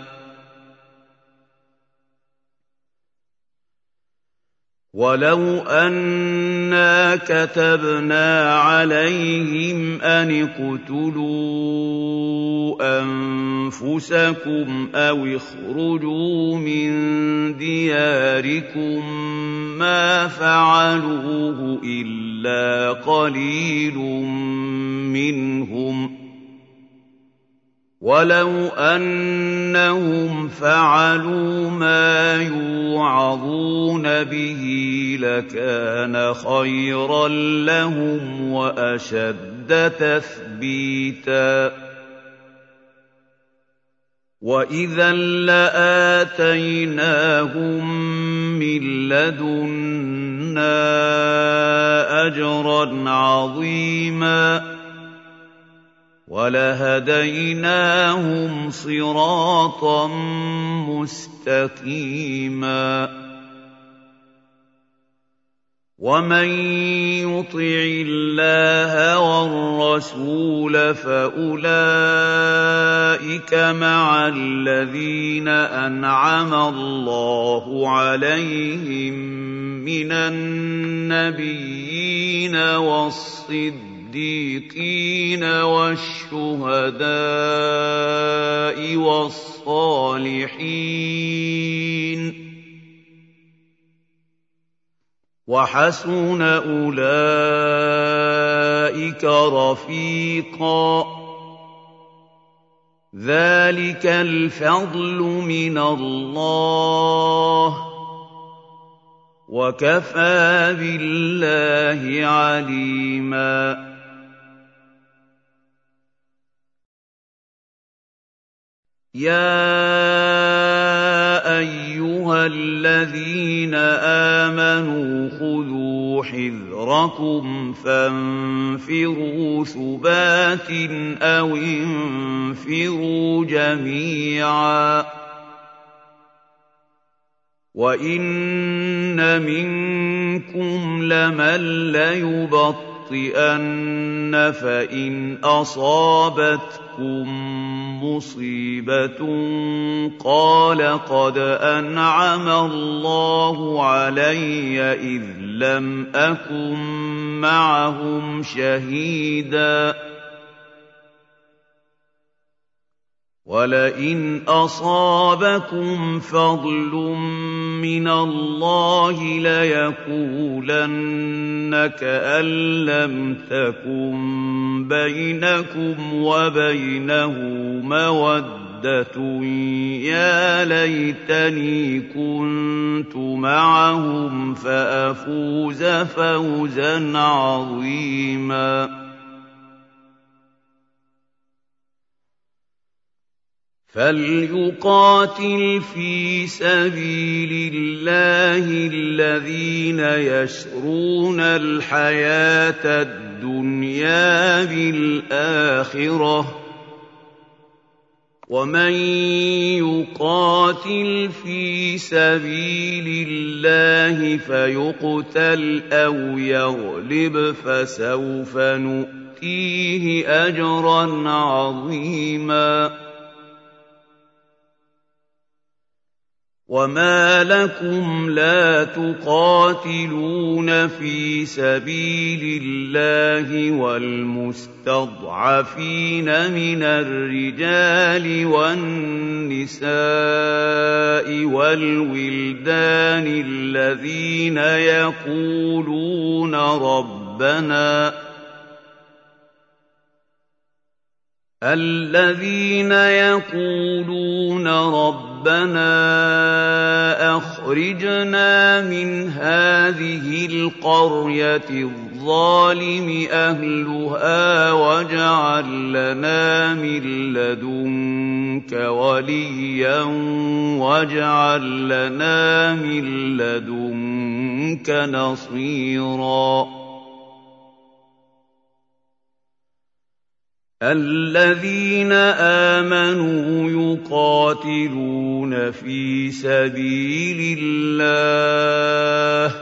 وَلَوْ أَنَّا كَتَبْنَا عَلَيْهِمْ أَنِ اقْتُلُوا أَنفُسَكُمْ أَوِ اخْرُجُوا مِن دِيَارِكُم مَّا فَعَلُوهُ إِلَّا قَلِيلٌ مِّنْهُمْ ۖ وَلَوْ أَنَّهُمْ فَعَلُوا مَا يُوعَظُونَ بِهِ لَكَانَ خَيْرًا لَّهُمْ وَأَشَدَّ تَثْبِيتًا وَإِذًا لَّآتَيْنَاهُم مِّن لَّدُنَّا أَجْرًا عَظِيمًا وَلَهَدَيْنَاهُمْ صِرَاطًا مُّسْتَقِيمًا وَمَن يُطِعِ اللَّهَ وَالرَّسُولَ فَأُولَٰئِكَ مَعَ الَّذِينَ أَنْعَمَ اللَّهُ عَلَيْهِم مِّنَ النَّبِيِّينَ وَالصِّدِّيقِينَ وَالشُّهَدَاءِ وَالصَّالِحِينَ وَحَسُنَ أُولَٰئِكَ رَفِيقًا ذَٰلِكَ الْفَضْلُ مِنَ اللَّهِ وَكَفَىٰ بِاللَّهِ عَلِيمًا يَا أَيُّهَا الَّذِينَ آمَنُوا خُذُوا حِذْرَكُمْ فَانفِرُوا ثُبَاتٍ أَوِ انفِرُوا جَمِيعًا وَإِنَّ مِنكُمْ لَمَن لَّيُبَطِّئَنَّ فَإِنْ أَصَابَتْكُم مُّصِيبَةٌ قَالَ قَدْ أَنْعَمَ اللَّهُ عَلَيَّ إِذْ لَمْ أَكُن مَّعَهُمْ شَهِيدًا وَلَئِنْ أَصَابَكُمْ فَضْلٌ مِّنَ اللَّهِ لَيَقُولَنَّ كَأَن لَّمْ تَكُن بَيْنَكُمْ وَبَيْنَهُ مَوَدَّةٌ يَا لَيْتَنِي كُنتُ مَعَهُمْ فَأَفُوزَ فَوْزًا عَظِيمًا فَلْيُقَاتِلْ فِي سَبِيلِ اللَّهِ الَّذِينَ يَشْرُونَ الْحَيَاةَ الدُّنْيَا بِالْآخِرَةِ ۖ وَمَن يُقَاتِلْ فِي سَبِيلِ اللَّهِ فَيُقْتَلْ أَوْ يَغْلِبْ فَسَوْفَ نُؤْتِيهِ أَجْرًا عَظِيمًا وَمَا لَكُمْ لَا تُقَاتِلُونَ فِي سَبِيلِ اللَّهِ وَالْمُسْتَضْعَفِينَ مِنَ الرِّجَالِ وَالنِّسَاءِ وَالْوِلْدَانِ الَّذِينَ يَقُولُونَ رَبَّنَا الَّذِينَ يَقُولُونَ رَبَّنَا أَخْرِجْنَا مِنْ هَٰذِهِ الْقَرْيَةِ الظَّالِمِ أَهْلُهَا وَاجْعَل لَّنَا مِن لَّدُنكَ وَلِيًّا وَاجْعَل لَّنَا مِن لَّدُنكَ نَصِيرًا الَّذِينَ آمَنُوا يُقَاتِلُونَ فِي سَبِيلِ اللَّهِ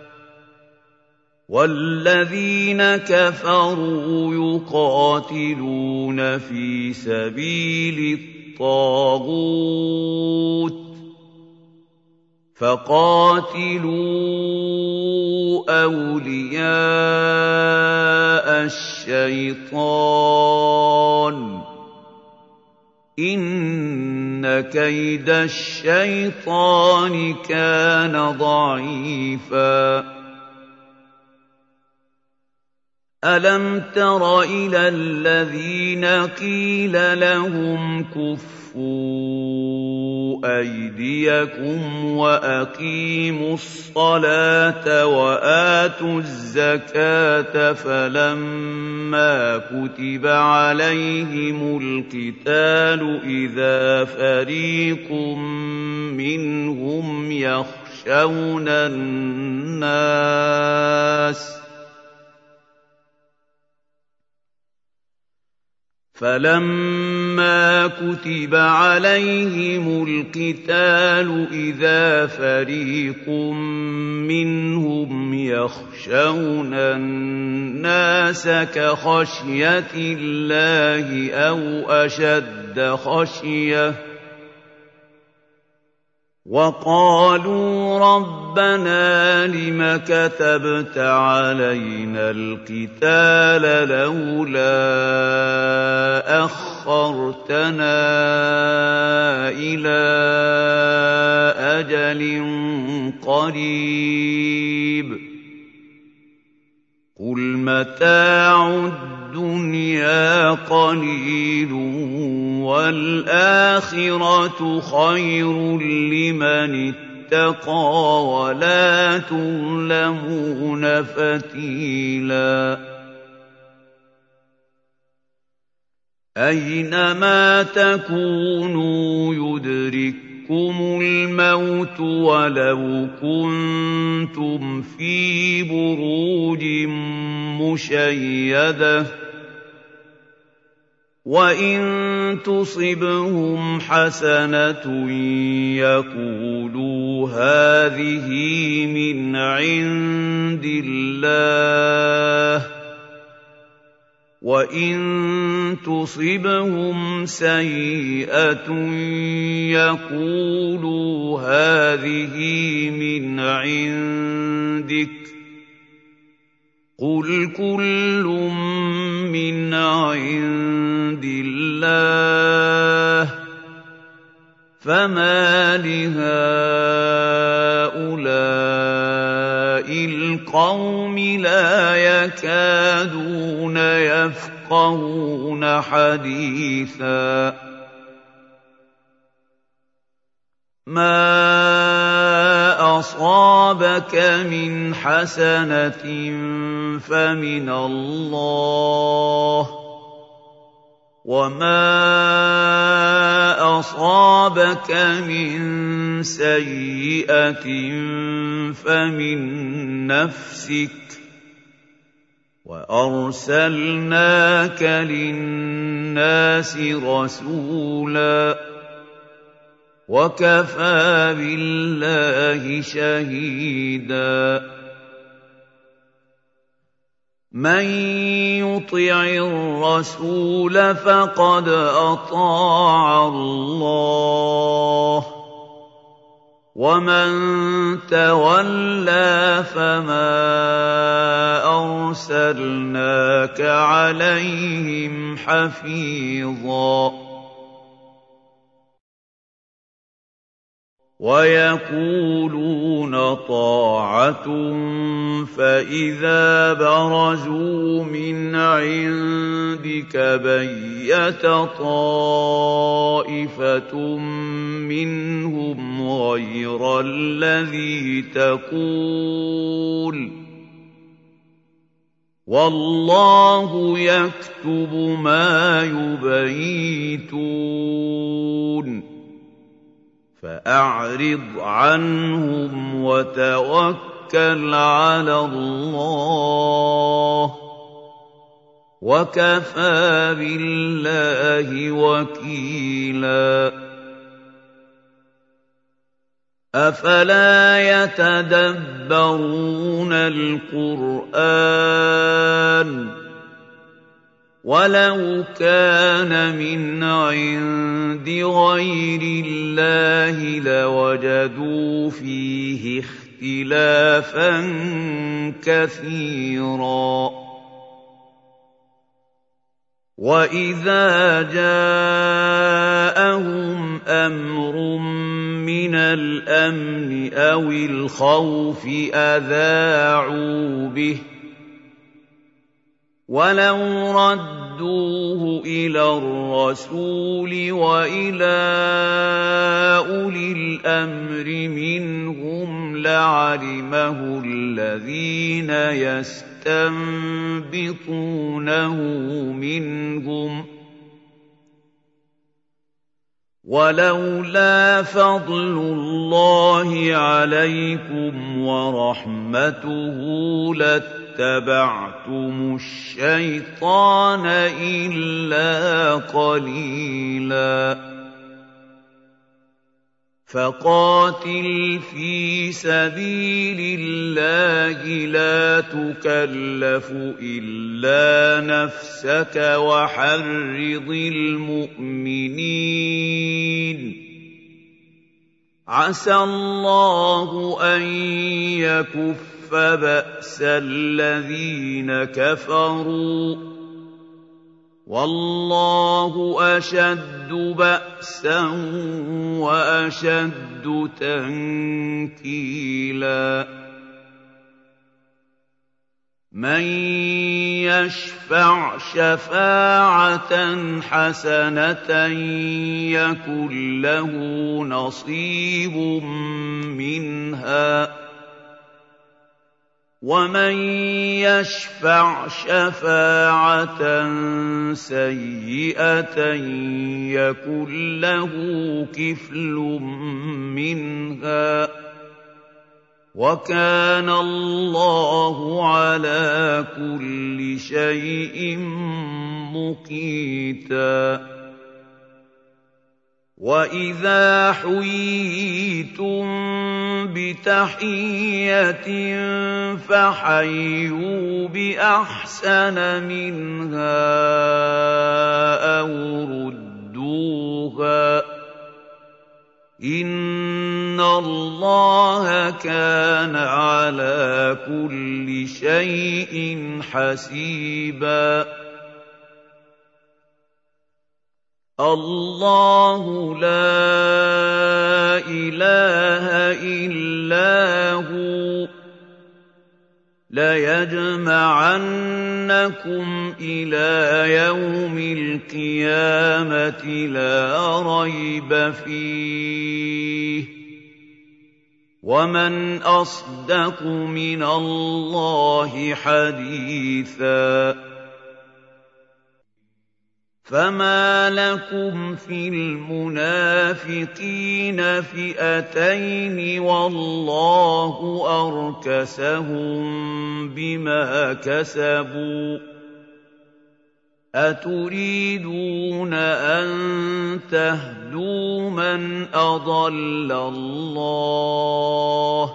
وَالَّذِينَ كَفَرُوا يُقَاتِلُونَ فِي سَبِيلِ الطَّاغُوتِ فَقَاتِلُوا أَوْلِيَاءَ الشَّيْطَانِ ۖ إِنَّ كَيْدَ الشَّيْطَانِ كَانَ ضَعِيفًا أَلَمْ تَرَ إِلَى الَّذِينَ قِيلَ لَهُمْ كُفُّوا أَيْدِيَكُمْ وَأَقِيمُوا الصَّلَاةَ وَآتُوا الزَّكَاةَ فَلَمَّا كُتِبَ عَلَيْهِمُ الْقِتَالُ إِذَا فَرِيقٌ مِّنْهُمْ يَخْشَوْنَ النَّاسَ فَلَمَّا كُتِبَ عَلَيْهِمُ الْقِتَالُ إِذَا فَرِيقٌ مِّنْهُمْ يَخْشَوْنَ النَّاسَ كَخَشْيَةِ اللَّهِ أَوْ أَشَدَّ خَشْيَةً وَقَالُوا رَبَّنَا لِمَ كَتَبْتَ عَلَيْنَا الْقِتَالَ لَوْلَا أَخَّرْتَنَا إِلَىٰ أَجَلٍ قَرِيبٍ قُلْ مَتَاعُ الدُّنْيَا قَلِيلٌ وَالْآخِرَةُ خَيْرٌ لِّمَنِ اتَّقَىٰ وَلَا تُظْلَمُونَ فَتِيلًا أَيْنَمَا تَكُونُوا يُدْرِككُّمُ الْمَوْتُ وَلَوْ كُنتُمْ فِي بُرُوجٍ مُّشَيَّدَةٍ وَإِن تُصِبْهُمْ حَسَنَةٌ يَقُولُوا هَٰذِهِ مِنْ عِندِ اللَّهِ وَإِن تُصِبْهُمْ سَيِّئَةٌ يَقُولُوا هَٰذِهِ مِنْ عِندِكَ قُلْ كُلٌّ مِّنْ عِندِ اللَّهِ فَمَا لِهَٰؤُلَاءِ الْقَوْمِ لَا يَكَادُونَ يَفْقَهُونَ حَدِيثًا مَا أَصَابَكَ مِنْ حَسَنَةٍ فَمِنَ اللَّهِ وَمَا أَصَابَكَ مِن سَيِّئَةٍ فَمِن نَّفْسِكَ وَأَرْسَلْنَاكَ لِلنَّاسِ رَسُولًا وَكَفَىٰ بِاللَّهِ شَهِيدًا مَّن يُطِعِ الرَّسُولَ فَقَدْ أَطَاعَ اللَّهَ وَمَن تَوَلَّىٰ فَمَا أَرْسَلْنَاكَ عَلَيْهِمْ حَفِيظًا وَيَقُولُونَ طَاعَةٌ فَإِذَا بَرَزُوا مِنْ عِندِكَ بَيَّتَ طَائِفَةٌ مِّنْهُمْ غَيْرَ الَّذِي تَقُولُ وَاللَّهُ يَكْتُبُ مَا يُبَيِّتُونَ فَأَعْرِضْ عَنْهُمْ وَتَوَكَّلْ عَلَى اللَّهِ وَكَفَىٰ بِاللَّهِ وَكِيلًا أَفَلَا يَتَدَبَّرُونَ الْقُرْآنَ وَلَوْ كَانَ مِنْ عِندِ غَيْرِ اللَّهِ لَوَجَدُوا فِيهِ اخْتِلَافًا كَثِيرًا وَإِذَا جَاءَهُمْ أَمْرٌ مِّنَ الْأَمْنِ أَوِ الْخَوْفِ أَذَاعُوا بِهِ وَلَوْ رَدُّوهُ إِلَى الرَّسُولِ وَإِلَىٰ أُولِي الْأَمْرِ مِنْهُمْ لَعَلِمَهُ الَّذِينَ يَسْتَنبِطُونَهُ مِنْهُمْ ۗ وَلَوْلَا فَضْلُ اللَّهِ عَلَيْكُمْ وَرَحْمَتُهُ لَاتَّبَعْتُمُ الشَّيْطَانَ إِلَّا قَلِيلًا فَقَاتِلْ فِي سَبِيلِ اللَّهِ لَا تُكَلَّفُ إِلَّا نَفْسَكَ وَحَرِّضِ الْمُؤْمِنِينَ عَسَى اللَّهُ أَن يَكُفَّ بَأْسَ الَّذِينَ كَفَرُوا ۚ وَاللَّهُ أَشَدُّ بَأْسًا وَأَشَدُّ تَنكِيلًا مَن يَشْفَعْ شَفَاعَةً حَسَنَةً يَكُن لَّهُ نَصِيبٌ مِّنْهَا ۖ وَمَن يَشْفَعْ شَفَاعَةً سَيِّئَةً يَكُن لَّهُ كِفْلٌ مِّنْهَا ۗ وَكَانَ اللَّهُ عَلَىٰ كُلِّ شَيْءٍ مُّقِيتًا وَإِذَا حُيِّيتُم بِتَحِيَّةٍ فَحَيُّوا بِأَحْسَنَ مِنْهَا أَوْ رُدُّوهَا ۗ إِنَّ اللَّهَ كَانَ عَلَىٰ كُلِّ شَيْءٍ حَسِيبًا اللَّهُ لَا إِلَٰهَ إِلَّا هُوَ ۚ لَيَجْمَعَنَّكُمْ إِلَىٰ يَوْمِ الْقِيَامَةِ لَا رَيْبَ فِيهِ ۗ وَمَنْ أَصْدَقُ مِنَ اللَّهِ حَدِيثًا فَمَا لَكُمْ فِي الْمُنَافِقِينَ فِئَتَيْنِ وَاللَّهُ أَرْكَسَهُم بِمَا كَسَبُوا ۚ أَتُرِيدُونَ أَن تَهْدُوا مَنْ أَضَلَّ اللَّهُ ۖ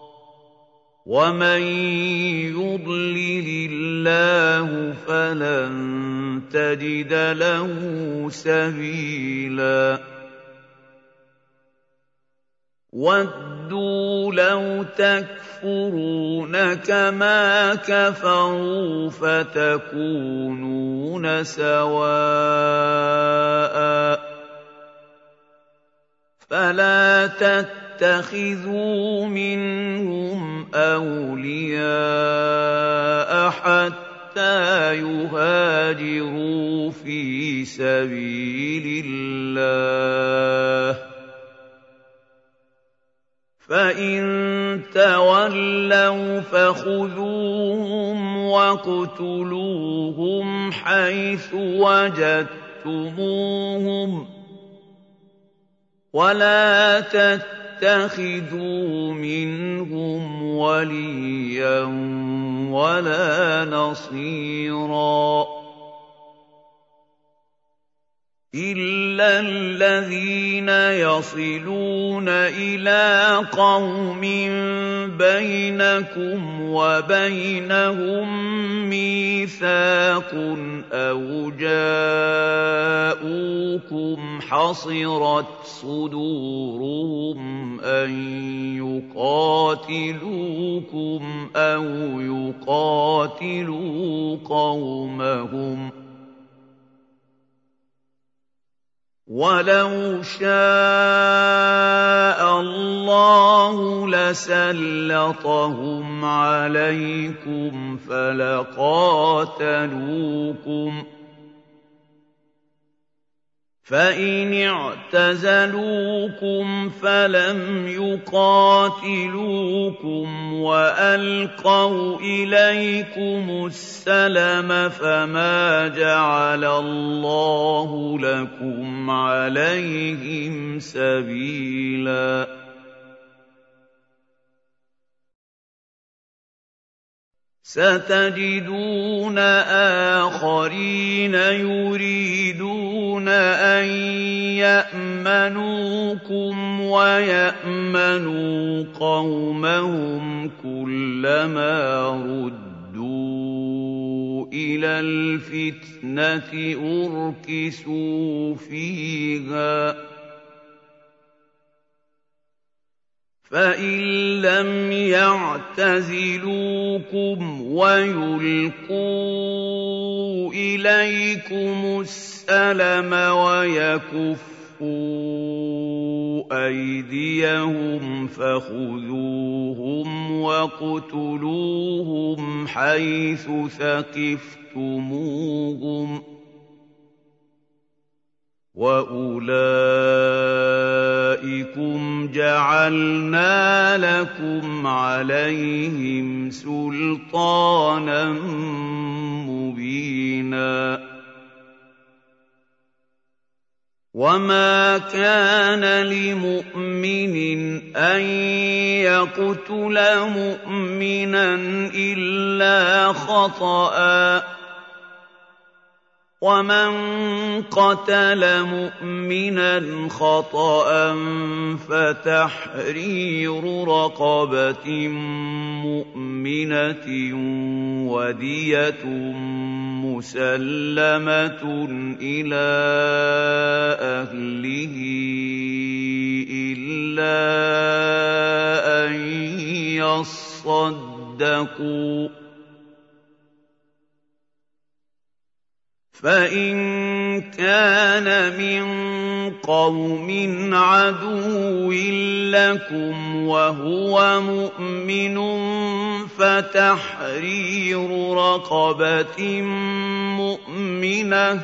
وَمَن يُضْلِلِ اللَّهُ فَلَن تَجِدَ لَهُ سَبِيلًا وَدُّوا لَوْ تَكْفُرُونَ كَمَا كَفَرُوا فَتَكُونُونَ سَوَاءً فَلَا تَتَّخِذُوا مِنْهُمْ أَوْلِيَاءَ حَتَّىٰ يُهَاجِرُوا فِي سَبِيلِ اللَّهِ ۚ فَإِن تَوَلَّوْا فَخُذُوهُمْ وَاقْتُلُوهُمْ حَيْثُ وَجَدتُّمُوهُمْ ۖ وَلَا تَتَّخِذُوا مِنْهُمْ وَلِيًّا وَلَا نَصِيرًا إِلَّا الَّذِينَ يَصِلُونَ إِلَىٰ قَوْمٍ بَيْنَكُمْ وَبَيْنَهُم مِّيثَاقٌ أَوْ جَاءُوكُمْ حَصِرَتْ صُدُورُهُمْ أَن يُقَاتِلُوكُمْ أَوْ يُقَاتِلُوا قَوْمَهُمْ ۚ وَلَوْ شَاءَ اللَّهُ لَسَلَّطَهُمْ عَلَيْكُمْ فَلَقَاتَلُوكُمْ ۖ فَإِنِ اعْتَزَلُوكُمْ فَلَمْ يُقَاتِلُوكُمْ وَأَلْقَوْا إِلَيْكُمُ السَّلَمَ فَمَا جَعَلَ اللَّهُ لَكُمْ عَلَيْهِمْ سَبِيلًا. سَتَجِدُونَ آخَرِينَ يُرِيدُونَ أَن يَأْمَنُوكُمْ وَيَأْمَنُوا قَوْمَهُمْ كُلَّمَا رُدُّوا إِلَى الْفِتْنَةِ أُرْكِسُوا فِيهَا ۚ فَإِن لَّمْ يَعْتَزِلُوكُمْ وَيُلْقُوا إِلَيْكُمُ السَّلَمَ وَيَكُفُّوا أَيْدِيَهُمْ فَخُذُوهُمْ وَاقْتُلُوهُمْ حَيْثُ ثَقِفْتُمُوهُمْ ۚ وَأُولَٰئِكُمْ جَعَلْنَا لَكُمْ عَلَيْهِمْ سُلْطَانًا مُّبِينًا. وَمَا كَانَ لِمُؤْمِنٍ أَن يَقْتُلَ مُؤْمِنًا إِلَّا خَطَأً ۚ وَمَن قَتَلَ مُؤْمِنًا خَطَأً فَتَحْرِيرُ رَقَبَةٍ مُّؤْمِنَةٍ وَدِيَةٌ مُّسَلَّمَةٌ إِلَىٰ أَهْلِهِ إِلَّا أَن يَصَّدَّقُوا ۚ فَإِن كَانَ مِن قَوْمٍ عَدُوٍّ لَّكُمْ وَهُوَ مُؤْمِنٌ فَتَحْرِيرُ رَقَبَةٍ مُّؤْمِنَةٍ ۖ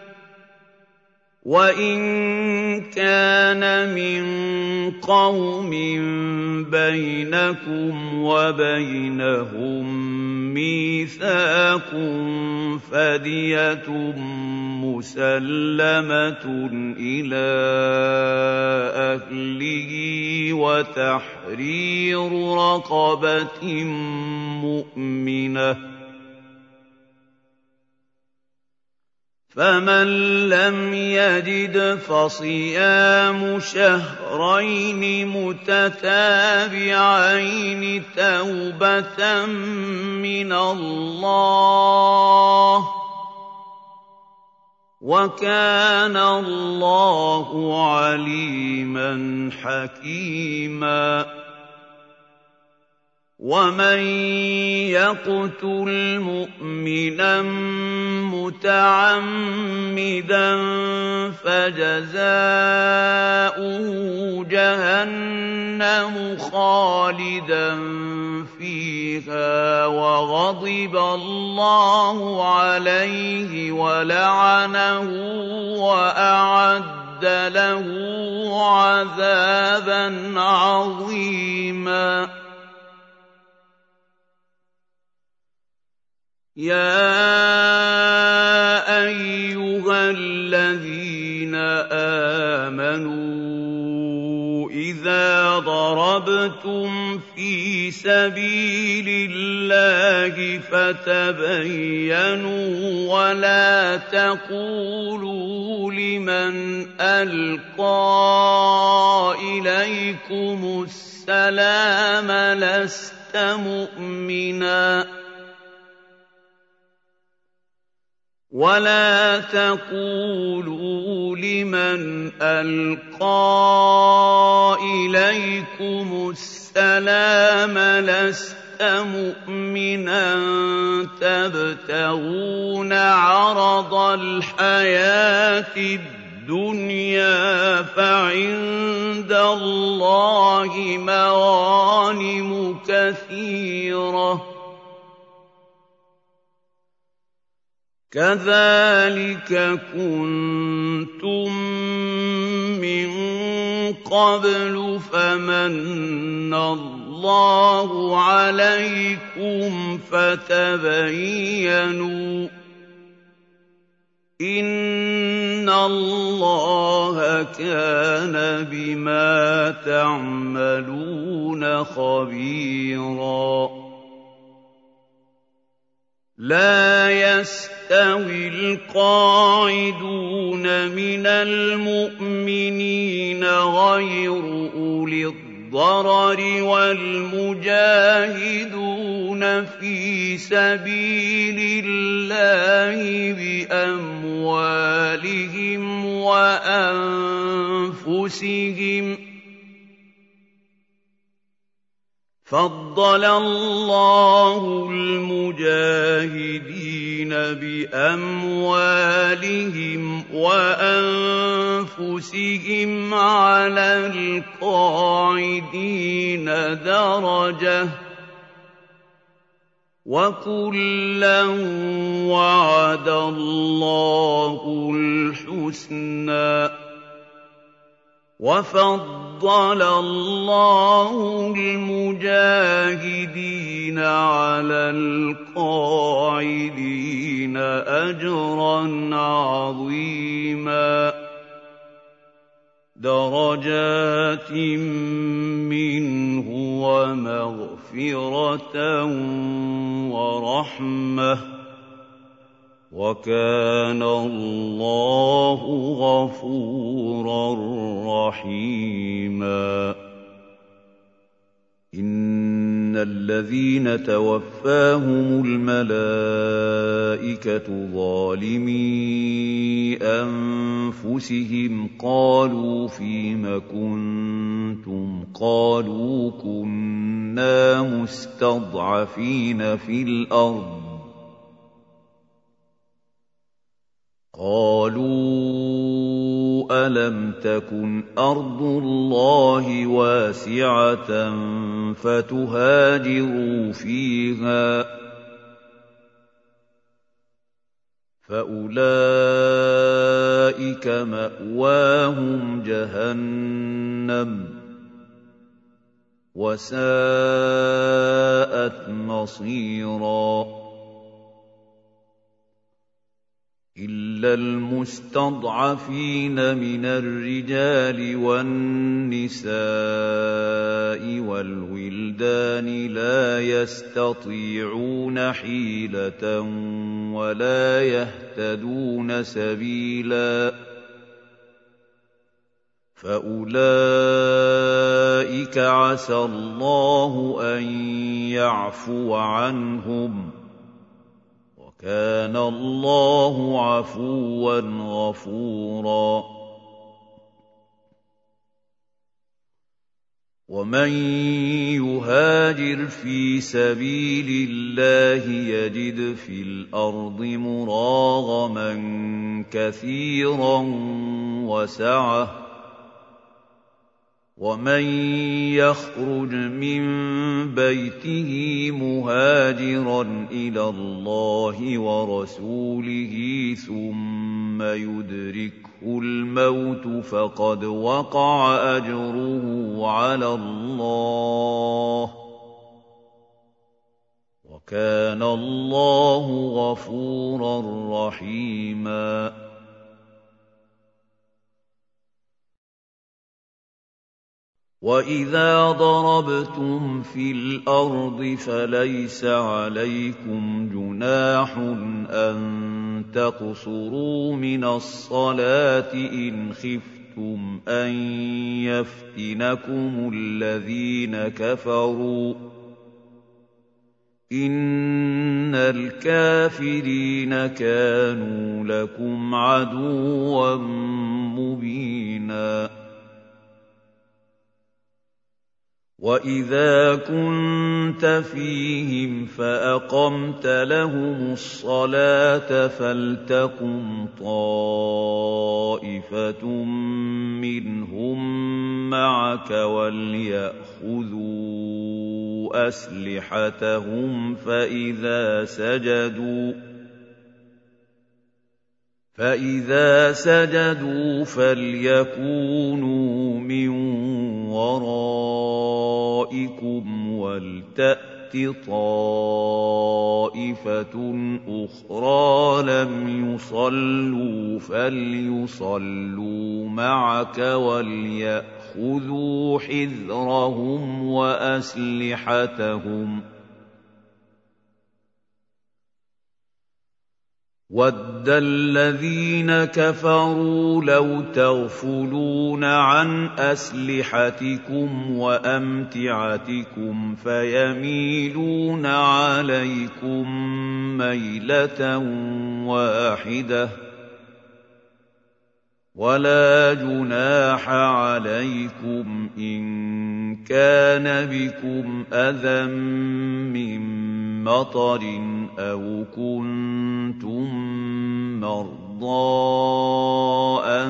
وَإِن كَانَ مِن قَوْمٍ بَيْنَكُمْ وَبَيْنَهُم مِّيثَاقٌ فَدِيَةٌ مُّسَلَّمَةٌ إِلَىٰ أَهْلِهِ وَتَحْرِيرُ رَقَبَةٍ مُّؤْمِنَةٍ ۖ فَمَن لَّمْ يَجِدْ فَصِيَامُ شَهْرَيْنِ مُتَتَابِعَيْنِ تَوْبَةً مِّنَ اللَّهِ ۗ وَكَانَ اللَّهُ عَلِيمًا حَكِيمًا. وَمَن يَقْتُلْ مُؤْمِنًا مُّتَعَمِّدًا فَجَزَاؤُهُ جَهَنَّمُ خَالِدًا فِيهَا وَغَضِبَ اللَّهُ عَلَيْهِ وَلَعَنَهُ وَأَعَدَّ لَهُ عَذَابًا عَظِيمًا. يَا أَيُّهَا الَّذِينَ آمَنُوا إِذَا ضَرَبْتُمْ فِي سَبِيلِ اللَّهِ فَتَبَيَّنُوا وَلَا تَقُولُوا لِمَنْ أَلْقَىٰ إِلَيْكُمُ السَّلَامَ لَسْتَ مُؤْمِنًا وَلَا تَقُولُوا لِمَنْ أَلْقَىٰ إِلَيْكُمُ السَّلَامَ لَسْتَ مُؤْمِنًا تَبْتَغُونَ عَرَضَ الْحَيَاةِ الدُّنْيَا فَعِندَ اللَّهِ مَغَانِمُ كَثِيرَةٌ ۚ كَذَٰلِكَ كُنتُم مِّن قَبْلُ فَمَنَّ اللَّهُ عَلَيْكُمْ فَتَبَيَّنُوا ۚ إِنَّ اللَّهَ كَانَ بِمَا تَعْمَلُونَ خَبِيرًا. لَا يَسْتَوِي الْقَاعِدُونَ مِنَ الْمُؤْمِنِينَ غَيْرُ أُولِي الضَّرَرِ وَالْمُجَاهِدُونَ فِي سَبِيلِ اللَّهِ بِأَمْوَالِهِمْ وَأَنفُسِهِمْ ۚ فَضَّلَ اللَّهُ الْمُجَاهِدِينَ بِأَمْوَالِهِمْ وَأَنفُسِهِمْ عَلَى الْقَاعِدِينَ دَرَجَةً ۚ وَكُلًّا وَعَدَ اللَّهُ الْحُسْنَىٰ ۚ وَفَضَّلَ اللَّهُ الْمُجَاهِدِينَ عَلَى الْقَاعِدِينَ أَجْرًا عَظِيمًا. دَرَجَاتٍ مِّنْهُ وَمَغْفِرَةً وَرَحْمَةً ۚ وَكَانَ اللَّهُ غَفُورًا رَّحِيمًا. إِنَّ الَّذِينَ تَوَفَّاهُمُ الْمَلَائِكَةُ ظَالِمِي أَنفُسِهِمْ قَالُوا فِيمَ كُنتُمْ ۖ قَالُوا كُنَّا مُسْتَضْعَفِينَ فِي الْأَرْضِ ۚ قَالُوا أَلَمْ تَكُنْ أَرْضُ اللَّهِ وَاسِعَةً فَتُهَاجِرُوا فِيهَا ۚ فَأُولَٰئِكَ مَأْوَاهُمْ جَهَنَّمُ ۖ وَسَاءَتْ مَصِيرًا. إِلَّا الْمُسْتَضْعَفِينَ مِنَ الرِّجَالِ وَالنِّسَاءِ وَالْوِلْدَانِ لَا يَسْتَطِيعُونَ حِيلَةً وَلَا يَهْتَدُونَ سَبِيلًا، فَأُولَٰئِكَ عَسَى اللَّهُ أَن يَعْفُوَ عَنْهُمْ ۚ وَكَانَ اللَّهُ عَفُوًّا غَفُورًا. وَمَن يُهَاجِرْ فِي سَبِيلِ اللَّهِ يَجِدْ فِي الْأَرْضِ مُرَاغَمًا كَثِيرًا وَسَعَةً ۚ وَمَن يَخْرُجْ مِن بَيْتِهِ مُهَاجِرًا إِلَى اللَّهِ وَرَسُولِهِ ثُمَّ يُدْرِكْهُ الْمَوْتُ فَقَدْ وَقَعَ أَجْرُهُ عَلَى اللَّهِ ۗ وَكَانَ اللَّهُ غَفُورًا رَّحِيمًا. وَإِذَا ضَرَبْتُمْ فِي الْأَرْضِ فَلَيْسَ عَلَيْكُمْ جُنَاحٌ أَن تَقْصُرُوا مِنَ الصَّلَاةِ إِنْ خِفْتُمْ أَن يَفْتِنَكُمُ الَّذِينَ كَفَرُوا ۚ إِنَّ الْكَافِرِينَ كَانُوا لَكُمْ عَدُوًّا مُّبِينًا. وَإِذَا كُنتَ فِيهِمْ فَأَقَمْتَ لَهُمُ الصَّلَاةَ فَلْتَقُمْ طَائِفَةٌ مِّنْهُم مَّعَكَ وَلْيَأْخُذُوا أَسْلِحَتَهُمْ فَإِذَا سَجَدُوا فَإِذَا سَجَدُوا فَلْيَكُونُوا مِن وَرَائِكُمْ وَلْتَأْتِ طَائِفَةٌ أُخْرَىٰ لَمْ يُصَلُّوا فَلْيُصَلُّوا مَعَكَ وَلْيَأْخُذُوا حِذْرَهُمْ وَأَسْلِحَتَهُمْ ۗ وَدَّ الَّذِينَ كَفَرُوا لَوْ تَغْفُلُونَ عَنْ أَسْلِحَتِكُمْ وَأَمْتِعَتِكُمْ فَيَمِيلُونَ عَلَيْكُم مَّيْلَةً وَاحِدَةً ۚ وَلَا جُنَاحَ عَلَيْكُمْ إِن كَانَ بِكُمْ أَذًى مِّن مَّطَرٍ أَوْ كُنتُم مَّرْضَىٰ أَن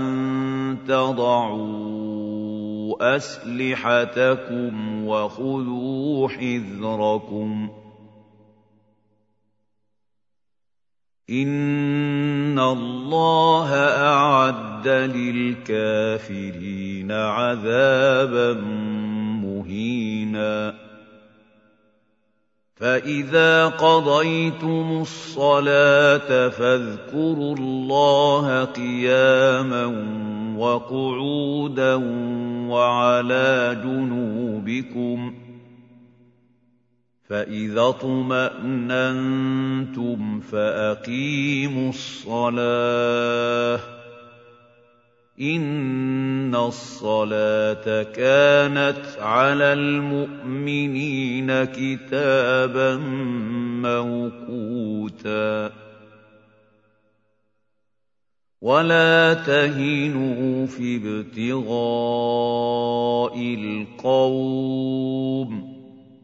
تَضَعُوا أَسْلِحَتَكُمْ وَخُذُوا حِذْرَكُمْ ۗ إِنَّ اللَّهَ أَعَدَّ لِلْكَافِرِينَ عَذَابًا مُّهِينًا. فَإِذَا قَضَيْتُمُ الصَّلَاةَ فَاذْكُرُوا اللَّهَ قِيَامًا وَقُعُودًا وَعَلَىٰ جُنُوبِكُمْ ۚ فَإِذَا اطْمَأْنَنتُمْ فَأَقِيمُوا الصَّلَاةَ ۚ إِنَّ الصَّلَاةَ كَانَتْ عَلَى الْمُؤْمِنِينَ كِتَابًا مَّوْقُوتًا. وَلَا تَهِنُوا فِي ابْتِغَاءِ الْقَوْمِ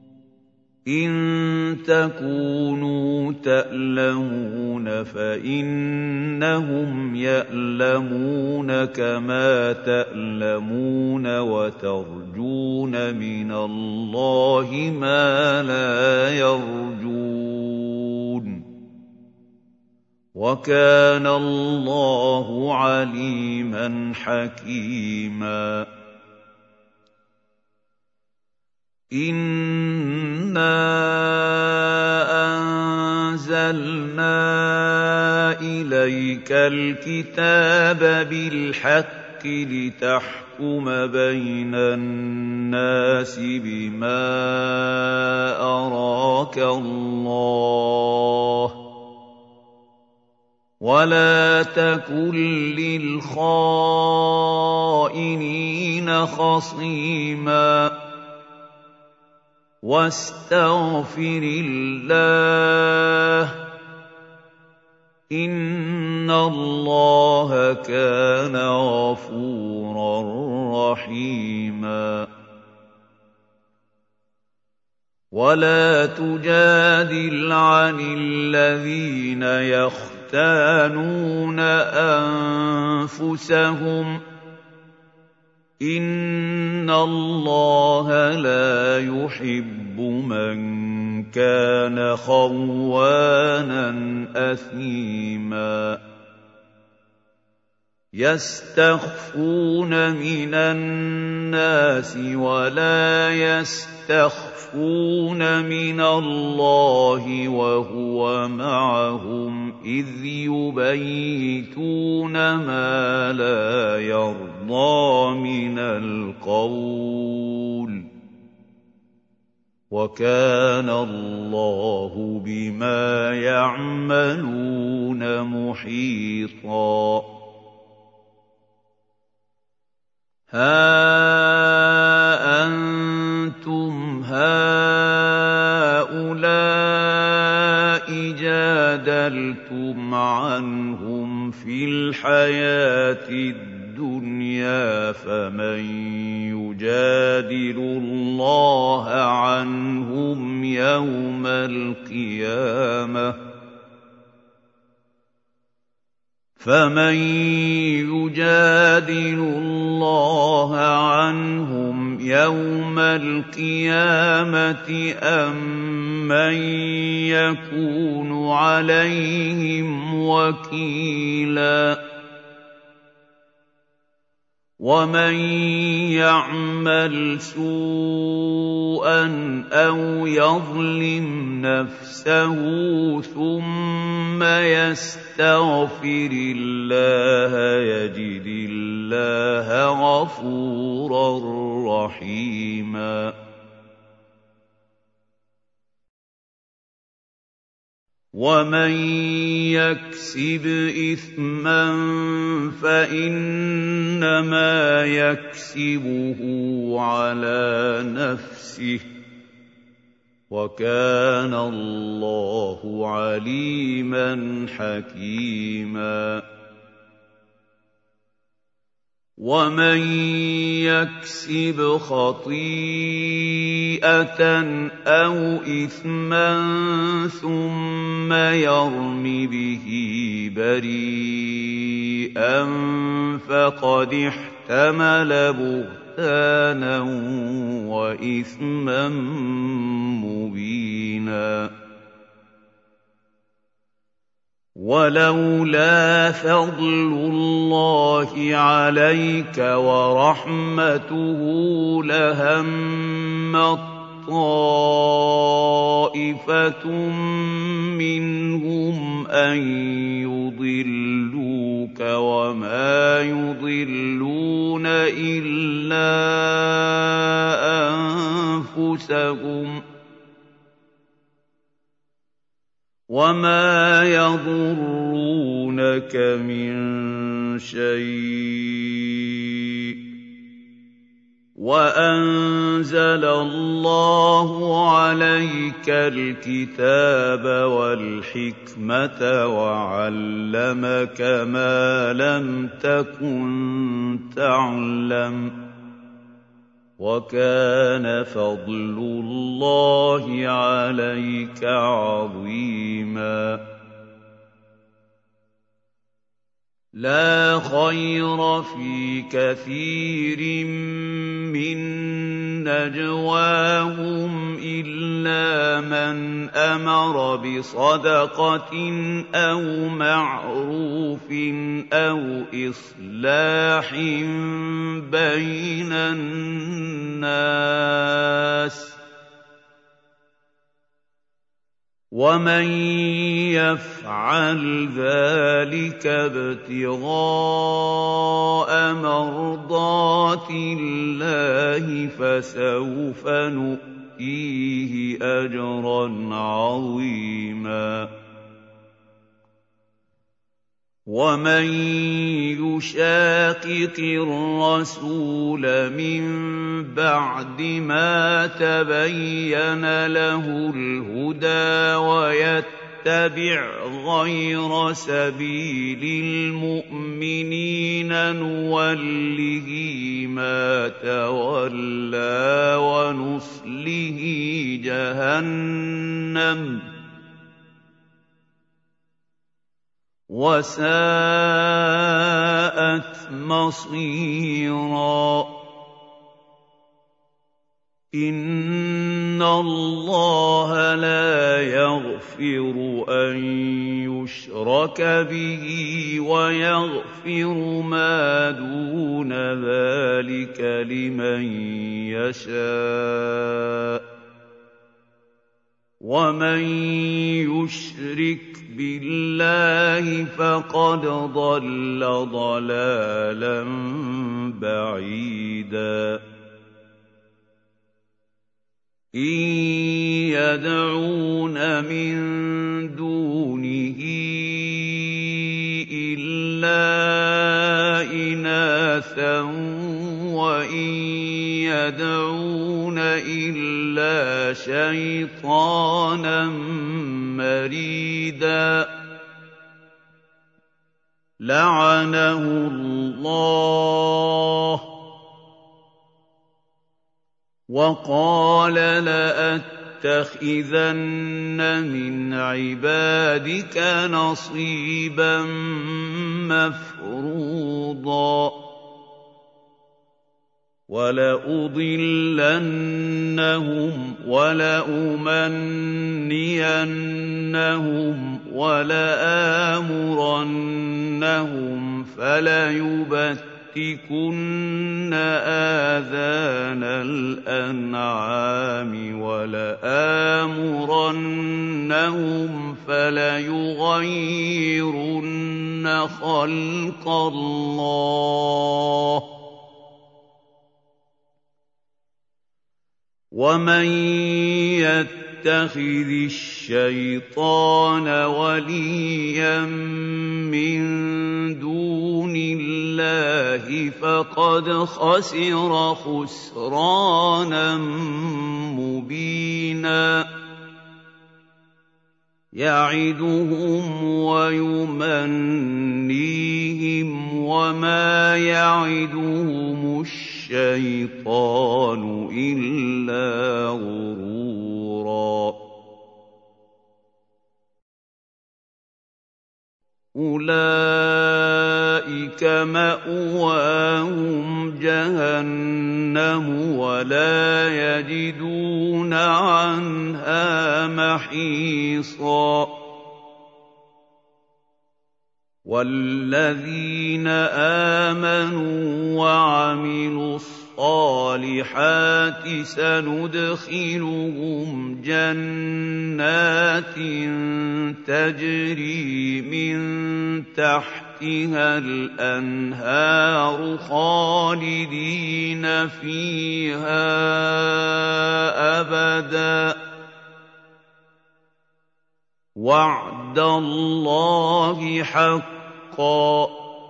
إِن تَكُونُوا تَأْلَمُونَ فَإِنَّهُمْ يَأْلَمُونَ كَمَا تَأْلَمُونَ وَتَرْجُونَ مِنَ اللَّهِ مَا لَا يَرْجُونَ ۗ وَكَانَ اللَّهُ عَلِيمًا حَكِيمًا. إِنَّا أَنزَلْنَا إِلَيْكَ الْكِتَابَ بِالْحَقِّ لِتَحْكُمَ بَيْنَ النَّاسِ بِمَا أَرَاكَ اللَّهُ ۚ وَلَا تَكُن لِّلْخَائِنِينَ خَصِيمًا، وَاسْتَغْفِرِ اللَّهَ ۖ إِنَّ اللَّهَ كَانَ غَفُورًا رَّحِيمًا. وَلَا تُجَادِلْ عَنِ الَّذِينَ يَخْتَانُونَ أَنفُسَهُمْ ۚ إِنَّ اللَّهَ لَا يُحِبُّ مَن كَانَ خَوَّانًا أَثِيمًا. يَسْتَخْفُونَ مِنَ النَّاسِ وَلَا يَسْتَخْفُونَ مِنَ اللَّهِ وَهُوَ مَعَهُمْ إِذْ يُبَيِّتُونَ مَا لَا يَرْضَىٰ مِنَ الْقَوْلِ ۚ وَكَانَ اللَّهُ بِمَا يَعْمَلُونَ مُحِيطًا. هَا أَنتُمْ هَٰؤُلَاءِ جَادَلْتُمْ عَنْهُمْ فِي الْحَيَاةِ الدُّنْيَا الدُّنْيَا فَمَن يُجَادِلُ اللَّهَ عَنْهُمْ يَوْمَ الْقِيَامَةِ فَمَن يُجَادِلُ اللَّهَ عَنْهُمْ يَوْمَ الْقِيَامَةِ أَم مَّن يَكُونُ عَلَيْهِمْ وَكِيلًا وَمَن يَعْمَلْ سُوءًا أَوْ يَظْلِمْ نَفْسَهُ ثُمَّ يَسْتَغْفِرِ اللَّهَ يَجِدِ اللَّهَ غَفُورًا رَّحِيمًا وَمَن يَكْسِبْ إِثْمًا فَإِنَّمَا يَكْسِبُهُ عَلَىٰ نَفْسِهِ ۚ وَكَانَ اللَّهُ عَلِيمًا حَكِيمًا وَمَن يَكْسِبْ خَطِيئَةً أَوْ إِثْمًا ثُمَّ يَرْمِ بِهِ بَرِيئًا فَقَدِ احْتَمَلَ بُهْتَانًا وَإِثْمًا مُّبِينًا وَلَوْلَا فَضْلُ اللَّهِ عَلَيْكَ وَرَحْمَتُهُ لَهَمَّت طَّائِفَةٌ مِّنْهُمْ أَن يُضِلُّوكَ وَمَا يُضِلُّونَ إِلَّا أَنفُسَهُمْ ۖ وَمَا يَضُرُّونَكَ مِن شَيْءٍ ۚ وَأَنزَلَ اللَّهُ عَلَيْكَ الْكِتَابَ وَالْحِكْمَةَ وَعَلَّمَكَ مَا لَمْ تَكُن تَعْلَمُ ۚ وَكَانَ فَضْلُ اللَّهِ عَلَيْكَ عَظِيمًا لَا خَيْرَ فِي كَثِيرٍ مِّن نَّجْوَاهُمْ إِلَّا مَنْ أَمَرَ بِصَدَقَةٍ أَوْ مَعْرُوفٍ أَوْ إِصْلَاحٍ بَيْنَ النَّاسِ ۚ وَمَن يَفْعَلْ ذَٰلِكَ ابْتِغَاءَ مَرْضَاتِ اللَّهِ فَسَوْفَ نُؤْتِيهِ أَجْرًا عَظِيمًا وَمَن يُشَاقِقِ الرَّسُولَ مِن بَعْدِ مَا تَبَيَّنَ لَهُ الْهُدَىٰ وَيَتَّبِعْ غَيْرَ سَبِيلِ الْمُؤْمِنِينَ نُوَلِّهِ مَا تَوَلَّىٰ وَنُصْلِهِ جَهَنَّمَ وَسَاءَتْ مَصِيرًا إِنَّ اللَّهَ لَا يَغْفِرُ أَن يُشْرَكَ بِهِ وَيَغْفِرُ مَا دُونَ ذَٰلِكَ لِمَن يَشَاءُ ۚ وَمَن يُشْرِكْ بِاللَّهِ فَقَدْ ضَلَّ ضَلَالًا بَعِيدًا إِن يَدْعُونَ مِن دُونِهِ إِلَّا إِنَاثًا وَإِن يَدْعُونَ إِلَّا شَيْطَانًا مَّرِيدًا لعنه الله وقال لأتخذن من عبادك نصيبا مفروضا ولأضلنهم ولأمنينهم ولآمرنهم فليبتكن آذان الأنعام ولآمرنهم فليغيرن خلق الله ومن يتخذ الشيطان وليا من دون الله فقد خسر خسرانا مبينا يعدهم ويمنيهم وما يعدهم الشيطان إلا غرورا أولئك مأواهم جهنم ولا يجدون عنها محيصا والذين آمنوا وعملوا الصالحات سندخلهم جنات تجري من تحتها الأنهار خالدين فيها أبدا وعد الله حقا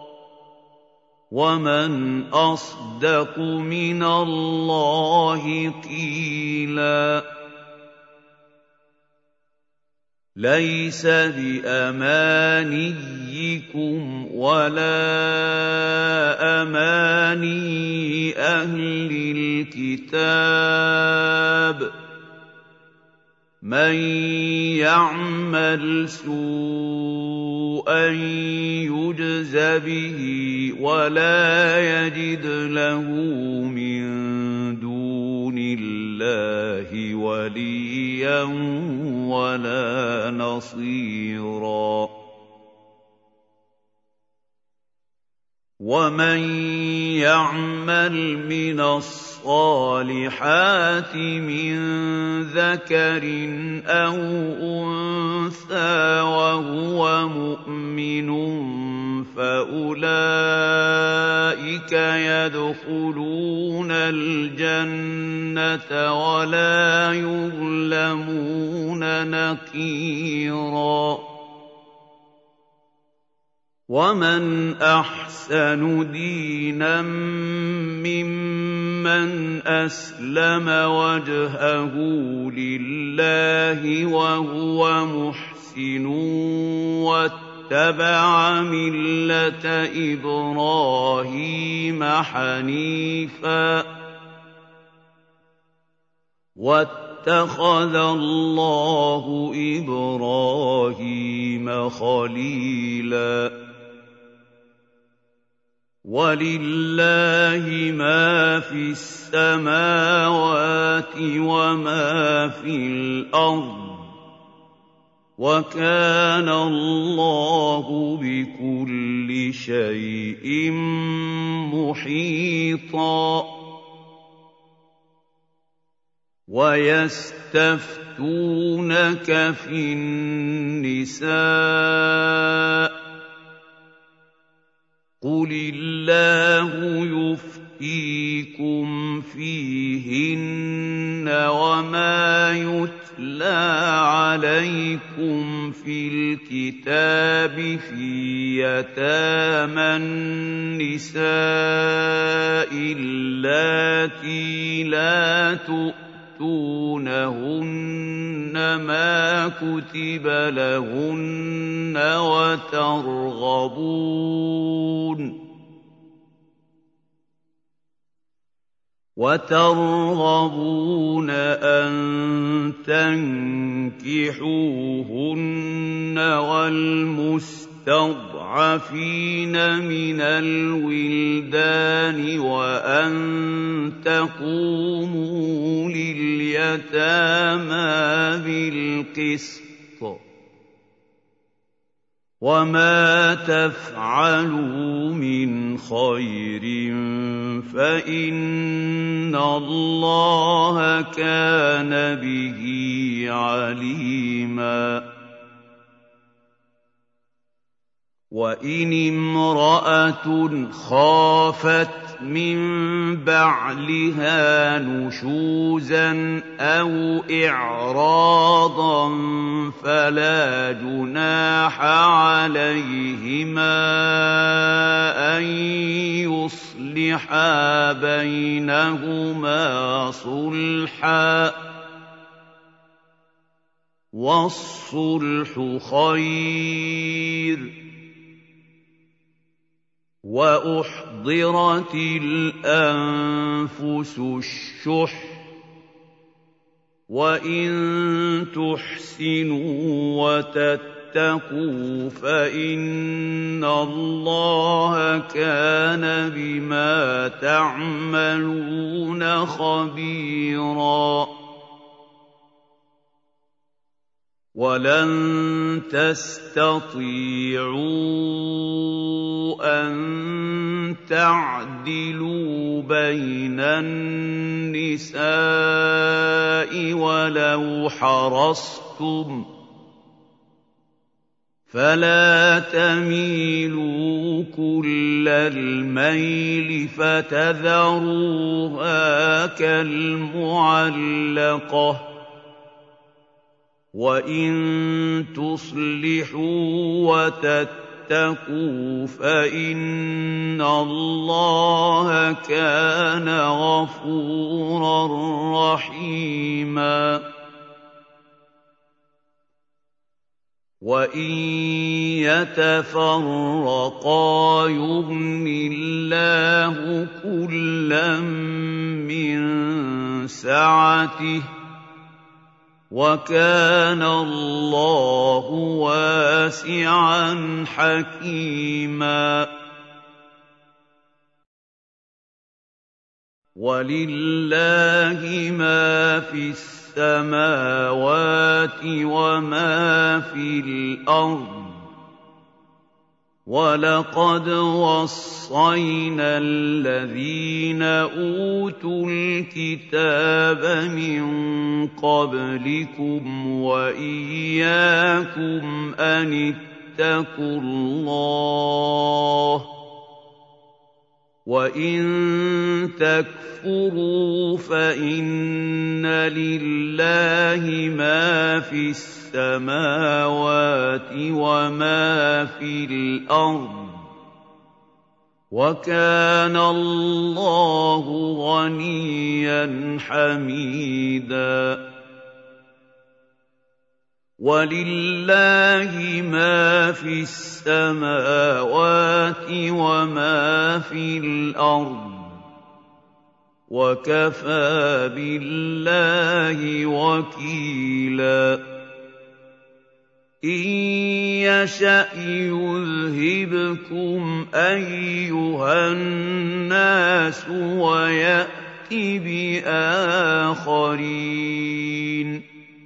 ومن أصدق من الله قيلا ليس بأمانيكم ولا أماني أهل الكتاب من يعمل سوءا يجز به ولا يجد له من دون الله وليا ولا نصيرا ومن يعمل من الصالحات من ذكر أو أنثى وهو مؤمن فأولئك يدخلون الجنة ولا يظلمون نقيرا ومن أحسن دينا ممن أسلم وجهه لله وهو محسن واتبع ملة إبراهيم حنيفا واتخذ الله إبراهيم خليلا ولله ما في السماوات وما في الأرض وكان الله بكل شيء محيطا ويستفتونك في النساء قل الله يفتيكم فيهن وما يتلى عليكم في الكتاب في يتامى النساء اللاتي لا تؤتونهن ما كتب لهن وترغبون وترغبون أن تنكحوهن والمستضعفين من الولدان وأن تقوموا لليتامى بالقسط وما تفعلوا من خير فإن الله كان به عليما وإن امرأة خافت من بعلها نشوزا أو إعراضا فلا جناح عليهما أن يصلحا بينهما صلحا والصلح خير وأحضرت الأنفس الشح وإن تحسنوا وتتقوا فإن الله كان بما تعملون خبيرا ولن تستطيعوا أن تعدلوا بين النساء ولو حرصتم فلا تميلوا كل الميل فتذروها كالمعلقة وإن تصلحوا وتتقوا فإن الله كان غفورا رحيما وإن يتفرقا يغن الله كلا من سعته وكان الله واسعا حكيما ولله ما في السماوات وما في الأرض ولقد وصينا الذين أوتوا الكتاب من قبلكم وإياكم أن اتقوا الله وإن تكفروا فإن لله ما في السماوات وما في الأرض وكان الله غنيا حميدا ولله ما في السماوات وما في الأرض وكفى بالله وكيلا إن يشأ يذهبكم أيها الناس ويأت بآخرين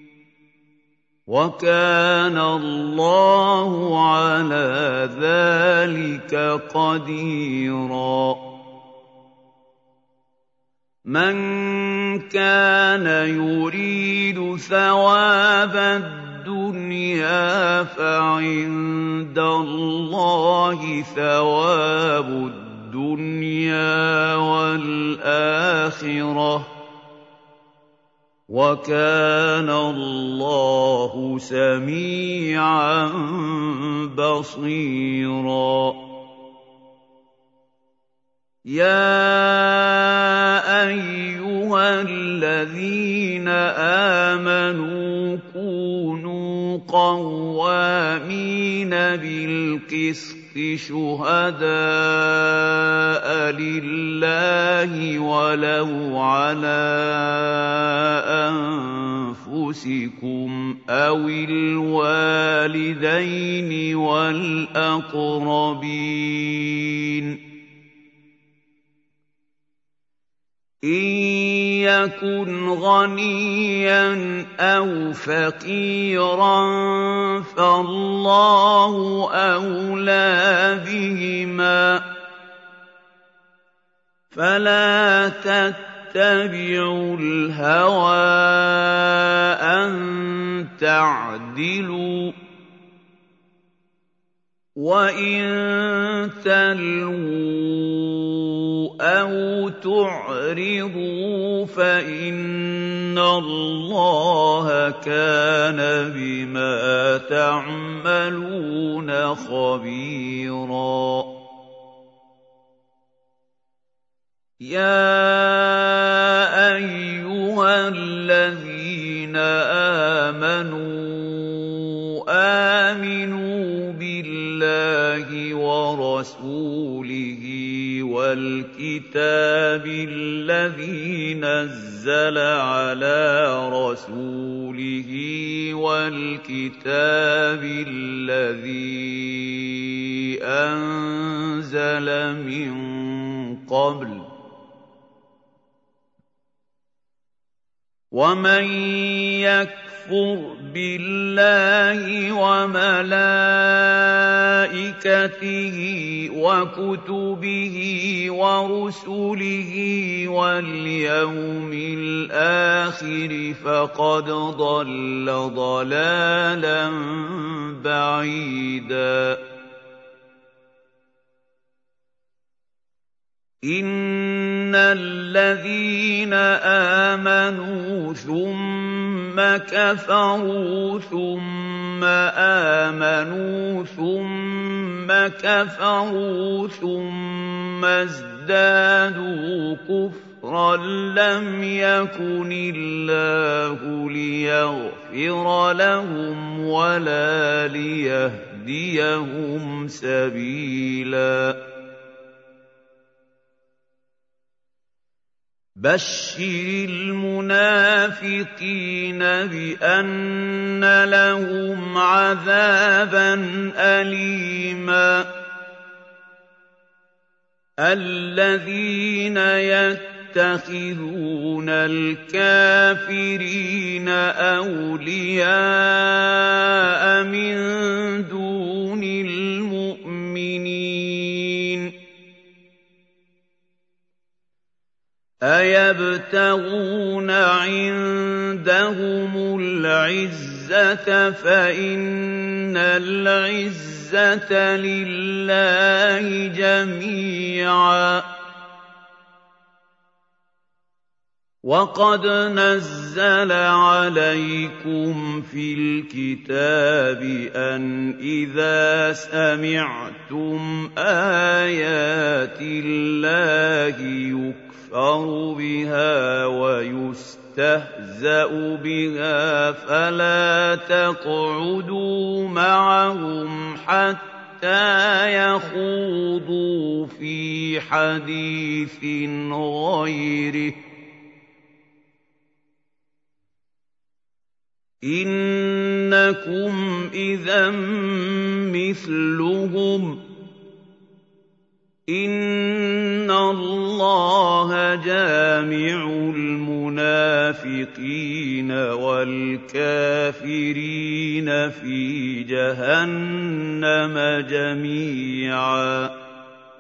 وكان الله على ذلك قديرا من كان يريد ثواب الدنيا فعند الله ثواب الدنيا والآخرة وكان الله سميعا بصيرا يا أيها الذين آمنوا قوا قوامين بِالْقِسْطِ شُهَدَاءَ لِلَّهِ وَلَوْ عَلَىٰ أَنفُسِكُمْ أَوِ الْوَالِدَيْنِ وَالْأَقْرَبِينَ إِن يَكُنْ غَنِيًّا أَوْ فَقِيرًا فَاللَّهُ أَوْلَىٰ بِهِمَا ۖ فَلَا تَتَّبِعُوا الْهَوَىٰ أَن تَعْدِلُوا ۚ وَإِن تَلْوُوا أَوْ تُعْرِضُوا فَإِنَّ اللَّهَ كَانَ بِمَا تَعْمَلُونَ خَبِيرًا يَا أَيُّهَا الَّذِينَ آمَنُوا آمِنُوا بِاللَّهِ وَرَسُولِهِ وَالْكِتَابِ الَّذِي نَزَّلَ عَلَىٰ رَسُولِهِ وَالْكِتَابِ الَّذِي أَنزَلَ مِن قَبْلُ ۚ وَمَن يَكْفُرْ بِاللَّهِ وَمَلَائِكَتِهِ وَكُتُبِهِ وَرُسُلِهِ وَالْيَوْمِ الْآخِرِ فَقَدْ ضَلَّ ضَلَالًا بَعِيدًا إِنَّ الَّذِينَ آمَنُوا ثُمَّ كَفَرُوا ثُمَّ آمَنُوا ثُمَّ كَفَرُوا ثُمَّ ازْدَادُوا كُفْرًا لَّمْ يَكُنِ اللَّهُ لِيَغْفِرَ لَهُمْ وَلَا لِيَهْدِيَهُمْ سَبِيلًا بَشِّرِ الْمُنَافِقِينَ بِأَنَّ لَهُمْ عَذَابًا أَلِيمًا الَّذِينَ يَتَّخِذُونَ الْكَافِرِينَ أَوْلِيَاءَ مِن دُونِ الْمُؤْمِنِينَ أَيَبْتَغُونَ عِندَهُمُ الْعِزَّةَ فَإِنَّ الْعِزَّةَ لِلَّهِ جَمِيعًا وَقَدْ نَزَّلَ عَلَيْكُمْ فِي الْكِتَابِ أَنْ إِذَا سَمِعْتُمْ آيَاتِ اللَّهِ يُكْفَرُ بِهَا وَيُسْتَهْزَأُ بِهَا فَلَا تَقْعُدُوا مَعَهُمْ حَتَّىٰ يَخُوضُوا فِي حَدِيثٍ غَيْرِهِ إِنَّكُمْ إِذًا مِّثْلُهُمْ ۗ إِنَّ اللَّهَ جَامِعُ الْمُنَافِقِينَ وَالْكَافِرِينَ فِي جَهَنَّمَ جَمِيعًا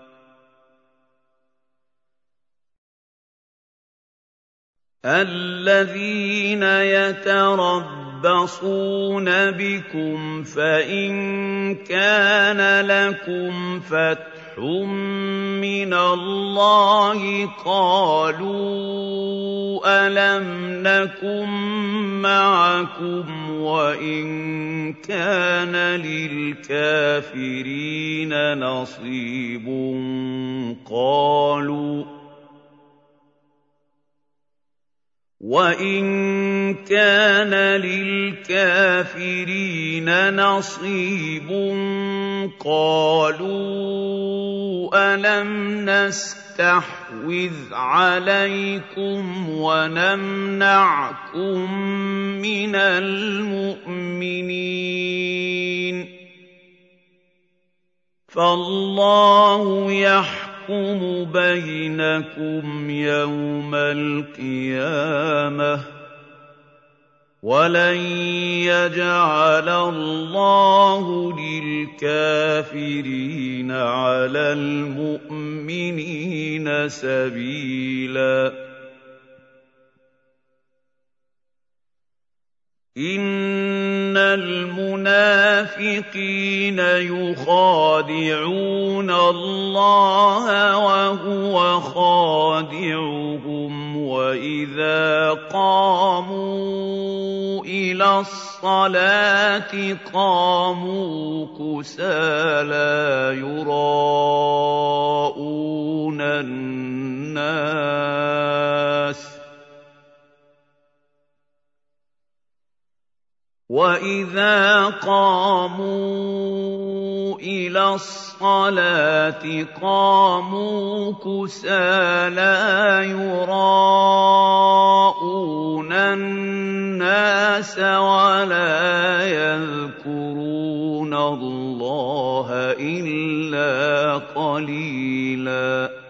الَّذِينَ يَتَرَبَّصُونَ بِكُمْ فَإِن كَانَ لَكُمْ فَتْحٌ مِّنَ اللَّهِ قَالُوا أَلَمْ نَكُن مَّعَكُمْ وَإِن كَانَ لِلْكَافِرِينَ نَصِيبٌ قَالُوا وَإِن كَانَ لِلْكَافِرِينَ نَصِيبٌ قَالُوا أَلَمْ نَسْتَحْوِذْ عَلَيْكُمْ وَنَمْنَعْكُم مِّنَ الْمُؤْمِنِينَ فَاللَّهُ يَحْكُمُ يَحْكُمُ بَيْنَكُمْ يَوْمَ الْقِيَامَةِ وَلَن يَجْعَلَ اللَّهُ لِلْكَافِرِينَ عَلَى الْمُؤْمِنِينَ سَبِيلًا إِنَّ الْمُنَافِقِينَ يُخَادِعُونَ اللَّهَ وَهُوَ خَادِعُهُمْ وَإِذَا قَامُوا إِلَى الصَّلَاةِ قَامُوا كُسَالَىٰ يُرَاءُونَ النَّاسَ وَإِذَا قَامُوا إِلَى الصَّلَاةِ قَامُوا كُسَالَىٰ يُرَاءُونَ النَّاسَ وَلَا يَذْكُرُونَ اللَّهَ إِلَّا قَلِيلًا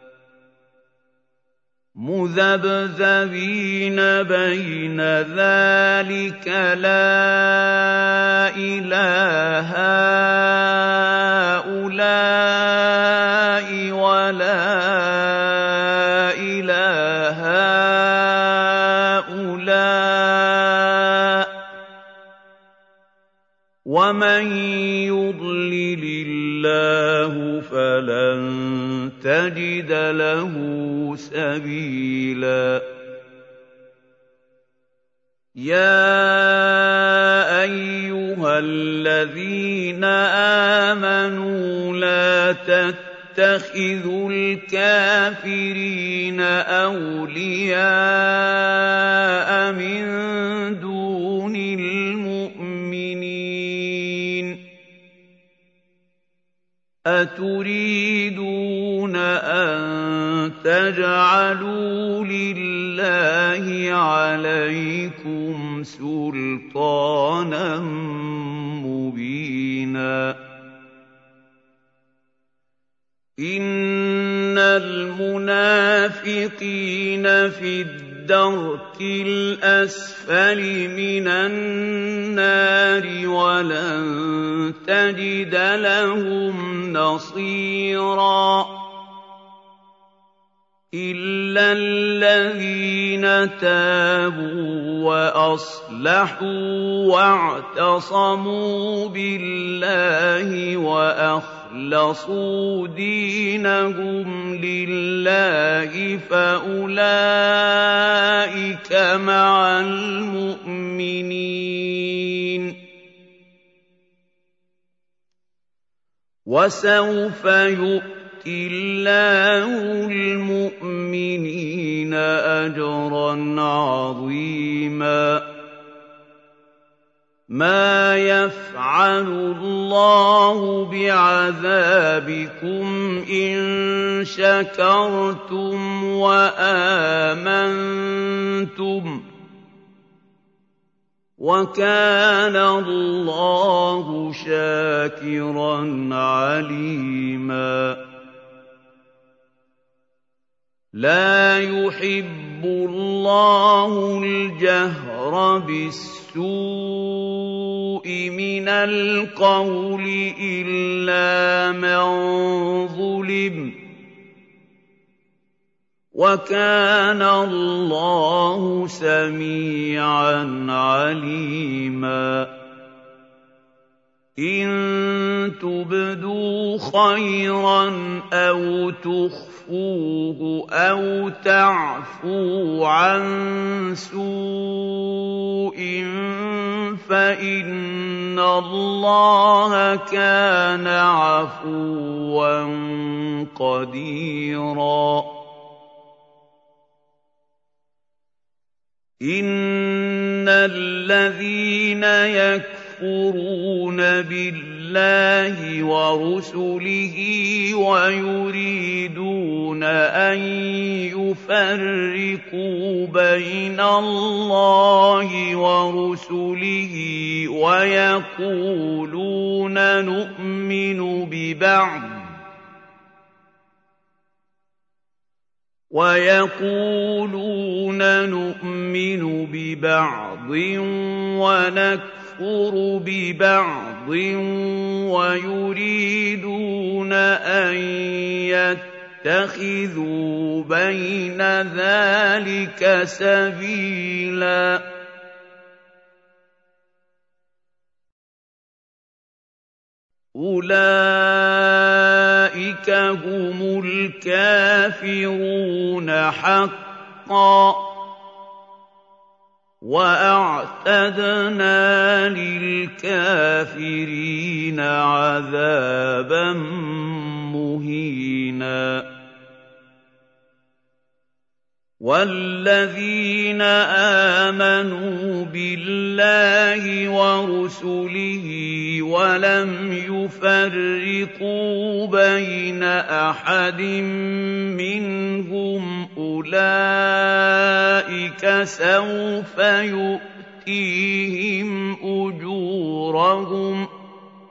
مُذَبْذَبِينَ بَيْنَ ذَٰلِكَ لَا إِلَىٰ هَٰؤُلَاءِ وَلَا إِلَىٰ هَٰؤُلَاءِ ۚ وَمَن يُضْلِلِ اللَّهُ فَلَن تَجِدَ لَهُ سَبِيلًا يَا أَيُّهَا الَّذِينَ آمَنُوا لَا تَتَّخِذُوا الْكَافِرِينَ أَوْلِيَاءَ مِن دُونِ الْمُؤْمِنِينَ أَتُرِيدُونَ أَن تَجْعَلُوا لِلَّهِ عَلَيْكُمْ سُلْطَانًا مُّبِينًا إِنَّ الْمُنَافِقِينَ فِي الدَّرْكِ الْأَسْفَلِ مِنَ النَّارِ وَلَن تَجِدَ لَهُمْ نَصِيرًا إِلَّا الَّذِينَ تَابُوا وَأَصْلَحُوا وَاعْتَصَمُوا بِاللَّهِ وَأَخْلَصُوا دِينَهُمْ لِلَّهِ فَأُولَٰئِكَ مَعَ الْمُؤْمِنِينَ وَسَوْفَ يُؤْتِ اللَّهُ الْمُؤْمِنِينَ أَجْرًا عَظِيمًا مَا يَفْعَلُ اللَّهُ بِعَذَابِكُمْ إِن شَكَرْتُمْ وَآمَنتُمْ ۚ وَكَانَ اللَّهُ شَاكِرًا عَلِيمًا لَا يُحِبُّ اللَّهُ الْجَهْرَ بِالسُّوءِ مِنَ الْقَوْلِ إِلَّا مَن ظُلِمَ ۚ وَكَانَ اللَّهُ سَمِيعًا عَلِيمًا إِن تُبْدُوا خَيْرًا أَوْ تُخْفُوهُ أَوْ تَعْفُوا عَن سُوءٍ فَإِنَّ اللَّهَ كَانَ عَفُوًّا قَدِيرًا إِنَّ الَّذِينَ يَكْفُرُونَ بِاللَّهِ وَرُسُلِهِ وَيُرِيدُونَ أَن يُفَرِّقُوا بَيْنَ اللَّهِ وَرُسُلِهِ وَيَقُولُونَ نُؤْمِنُ بِبَعْضٍ وَيَقُولُونَ نُؤْمِنُ بِبَعْضٍ وَنَكْفُرُ بِبَعْضٍ وَيُرِيدُونَ أَن يَتَّخِذُوا بَيْنَ ذَلِكَ سَبِيلًا أُولَٰئِكَ هُمُ الْكَافِرُونَ حَقًّا ۚ وَأَعْتَدْنَا لِلْكَافِرِينَ عَذَابًا مُّهِينًا وَالَّذِينَ آمَنُوا بِاللَّهِ وَرُسُلِهِ وَلَمْ يُفَرِّقُوا بَيْنَ أَحَدٍ مِّنْهُمْ أُولَٰئِكَ سَوْفَ يُؤْتِيهِمْ أُجُورَهُمْ ۗ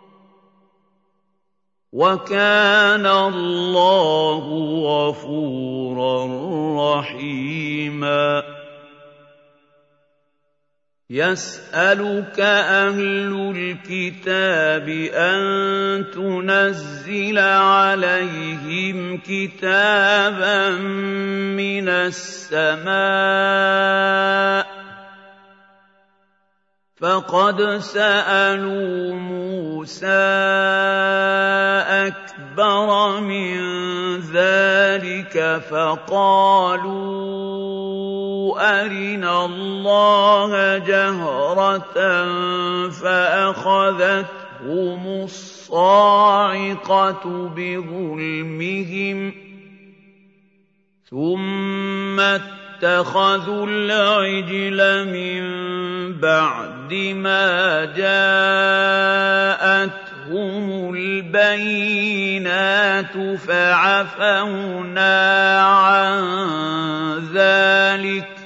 وَكَانَ اللَّهُ غَفُورًا رَّحِيمًا يَسْأَلُكَ أَهْلُ الْكِتَابِ أَن تُنَزِّلَ عَلَيْهِمْ كِتَابًا مِّنَ السَّمَاءِ ۚ فَقَدْ سَأَلُوا مُوسَىٰ أَكْبَرَ مِن ذَٰلِكَ فَقَالُوا أَرِنَا اللَّهَ جَهْرَةً فَأَخَذَتْهُمُ الصَّاعِقَةُ بِظُلْمِهِمْ ثُمَّ اتَّخَذُوا الْعِجْلَ مِن بَعْدِ مَا جَاءَتْهُمُ الْبَيِّنَاتُ فَعَفَوْنَا عَن ذَٰلِكَ ۚ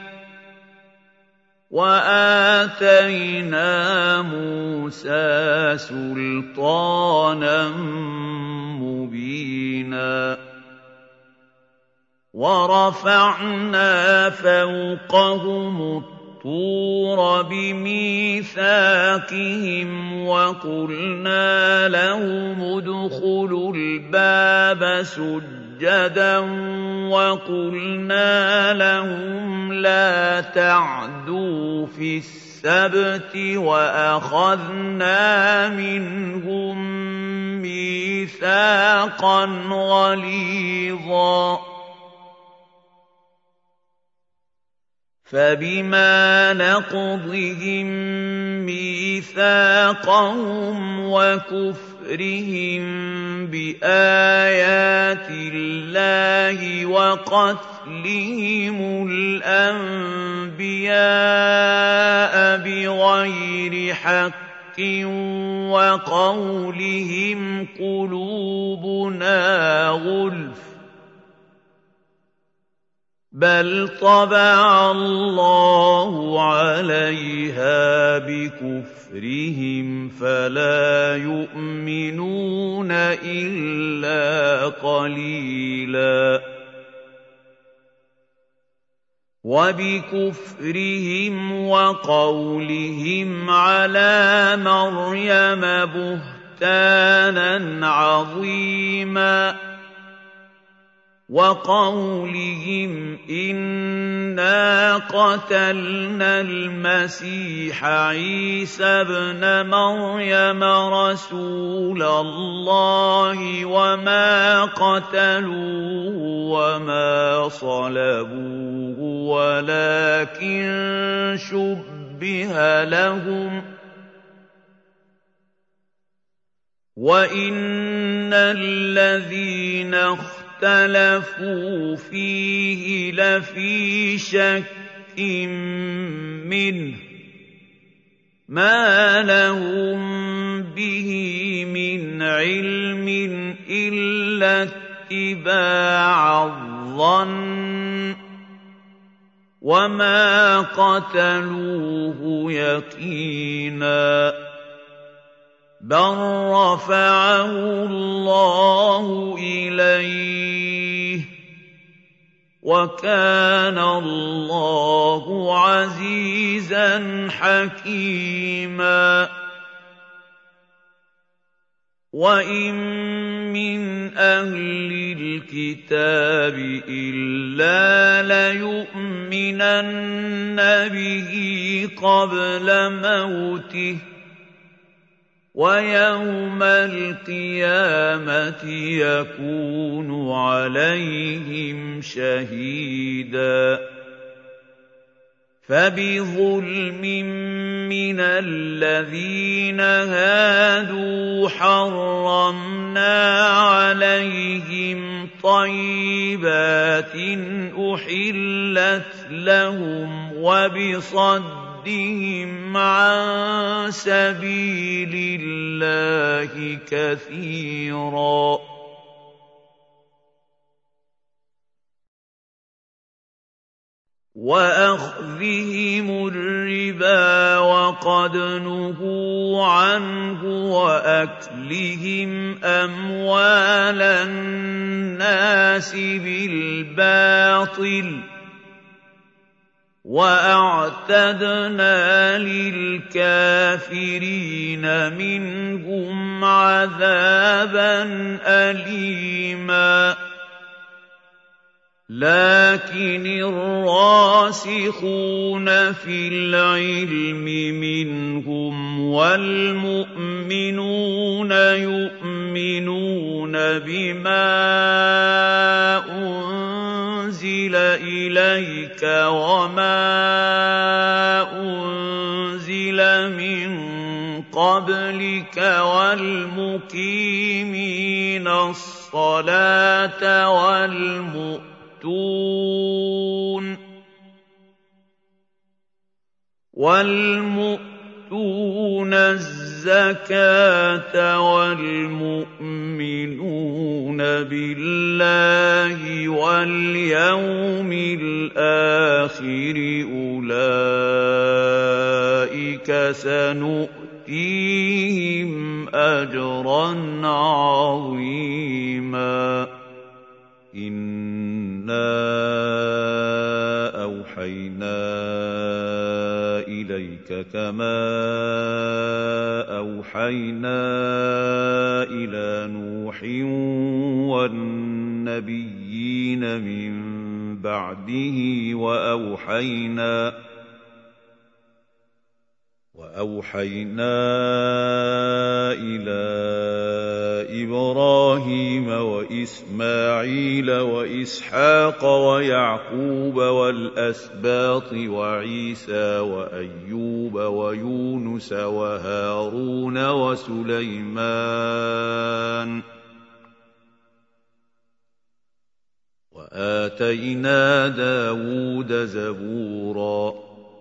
وَآتَيْنَا مُوسَىٰ سُلْطَانًا مُّبِينًا وَرَفَعْنَا فَوْقَهُمُ الطُّورَ بِمِيثَاقِهِمْ وَقُلْنَا لَهُمُ ادْخُلُوا الْبَابَ سُجَّدًا وَقُلْنَا لَهُمْ لَا تَعْدُوا فِي السَّبْتِ وَأَخَذْنَا مِنْهُم مِّيثَاقًا غَلِيظًا فَبِمَا نَقْضِهِم مِّيثَاقَهُمْ وَكُفْرِهِم بِآيَاتِ اللَّهِ وَقَتْلِهِمُ الْأَنبِيَاءَ بِغَيْرِ حَقٍّ وَقَوْلِهِمْ قُلُوبُنَا غُلْفٌ بَلْ طَبَعَ اللَّهُ عَلَيْهَا بِكُفْرِهِمْ فَلَا يُؤْمِنُونَ إِلَّا قَلِيلًا وَبِكُفْرِهِمْ وَقَوْلِهِمْ عَلَىٰ مَرْيَمَ بُهْتَانًا عَظِيمًا وَقَوْلِهِمْ إِنَّا قَتَلْنَا الْمَسِيحَ عِيسَى ابْنَ مَرْيَمَ رَسُولَ اللَّهِ وَمَا قَتَلُوهُ وَمَا صَلَبُوهُ وَلَٰكِن شُبِّهَ لَهُمْ ۚ وَإِنَّ الَّذِينَ اخْتَلَفُوا فِيهِ لَفِي شَكٍّ شيء منه ما لهم به من علم إلا اتباع الظن وما قتلوه يقينا بل رفعه الله إليه وكان الله عزيزا حكيما وإن من أهل الكتاب إلا ليؤمنن به قبل موته ويوم القيامة يكون عليهم شهيدا فبظلم من الذين هادوا حرمنا عليهم طيبات أحلت لهم وبصدهم عن سبيل الله كثيرا وأخذهم الربا وقد نهوا عنه وأكلهم أموال الناس بالباطل وأعتدنا للكافرين منهم عذابا أليما لكن الراسخون في العلم منهم والمؤمنون يؤمنون بما أنزل إليك وما أنزل من قبلك والمقيمين الصلاة والمؤمنين والمؤتون الزكاة والمؤمنون بالله واليوم الآخر أولئك سنؤتيهم أجرا عظيما إِنَّا أَوْحَيْنَا إِلَيْكَ كَمَا أَوْحَيْنَا إِلَى نُوحٍ وَالنَّبِيِّينَ مِن بَعْدِهِ وَأَوْحَيْنَا وَأَوْحَيْنَا إِلَىٰ إِبْرَاهِيمَ وَإِسْمَاعِيلَ وَإِسْحَاقَ وَيَعْقُوبَ وَالْأَسْبَاطِ وَعِيسَىٰ وَأَيُّوبَ وَيُونُسَ وَهَارُونَ وَسُلَيْمَانَ وَآتَيْنَا دَاوُودَ زَبُورًا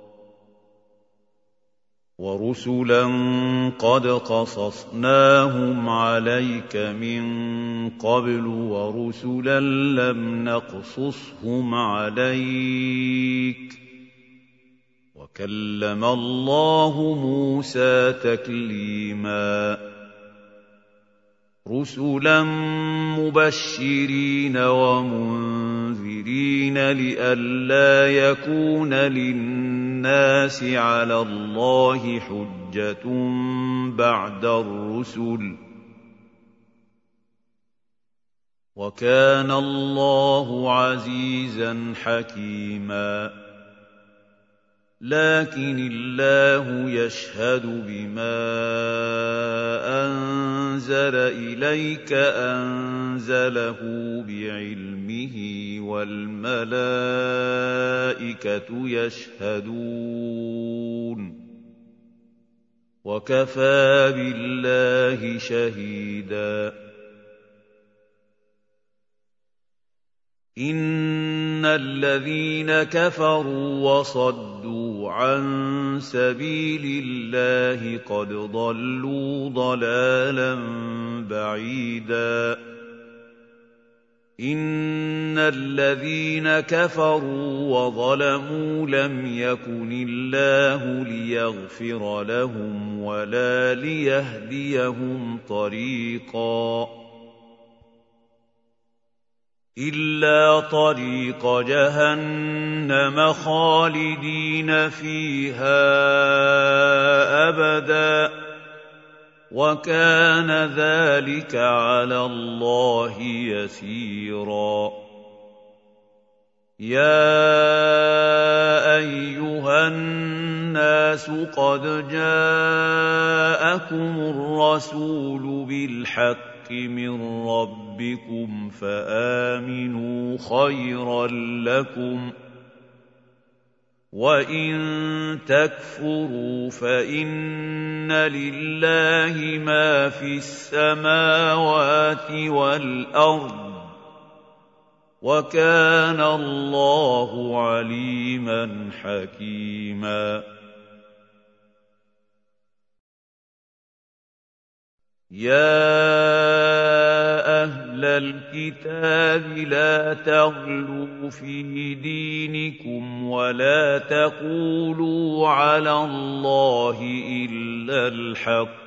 وَرُسُلًا قَدْ قَصَصْنَاهُمْ عَلَيْكَ مِن قَبْلُ وَرُسُلًا لَّمْ نَقْصُصْهُمْ عَلَيْكَ ۚ وَكَلَّمَ اللَّهُ مُوسَىٰ تَكْلِيمًا رُسُلًا مُّبَشِّرِينَ وَمُنذِرِينَ لِئَلَّا يَكُونَ لِلنَّاسِ عَلَى اللَّهِ حُجَّةٌ بَعْدَ الرُّسُلِ ۚ وَكَانَ اللَّهُ عَزِيزًا حَكِيمًا لكن الله يشهد بما أنزل إليك أنزله بعلمه والملائكة يشهدون وكفى بالله شهيدا إن إِنَّ الَّذِينَ كَفَرُوا وَصَدُّوا عَن سَبِيلِ اللَّهِ قَدْ ضَلُّوا ضَلَالًا بَعِيدًا إِنَّ الَّذِينَ كَفَرُوا وَظَلَمُوا لَمْ يَكُنِ اللَّهُ لِيَغْفِرَ لَهُمْ وَلَا لِيَهْدِيَهُمْ طَرِيقًا إِلَّا طَرِيقَ جَهَنَّمَ خَالِدِينَ فِيهَا أَبَدًا وَكَانَ ذَلِكَ عَلَى اللَّهِ يَسِيرًا يَا أَيُّهَا النَّاسُ قَدْ جَاءَكُمُ الرَّسُولُ بِالْحَقِّ مِنْ رَبِّكُمْ فَآمِنُوا خَيْرًا لَكُمْ وَإِن تَكْفُرُوا فَإِنَّ لِلَّهِ مَا فِي السَّمَاوَاتِ وَالْأَرْضِ وَكَانَ اللَّهُ عَلِيمًا حَكِيمًا يَا أَهْلَ الْكِتَابِ لَا تَغْلُوا فِي دِينِكُمْ وَلَا تَقُولُوا عَلَى اللَّهِ إِلَّا الْحَقَّ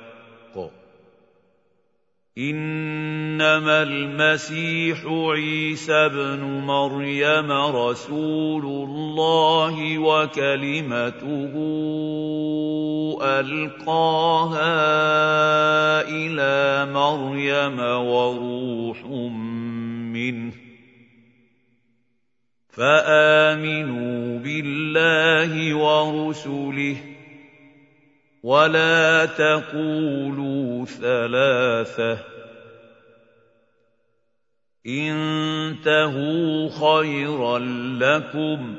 إِنَّمَا الْمَسِيحُ عِيسَى ابْنُ مَرْيَمَ رَسُولُ اللَّهِ وَكَلِمَتُهُ أَلْقَاهَا إِلَىٰ مَرْيَمَ وَرُوحٌ مِّنْهُ ۖ فَآمِنُوا بِاللَّهِ وَرُسُلِهِ وَلَا تَقُولُوا ثَلَاثَةٌ ۚ انتهوا خيرا لكم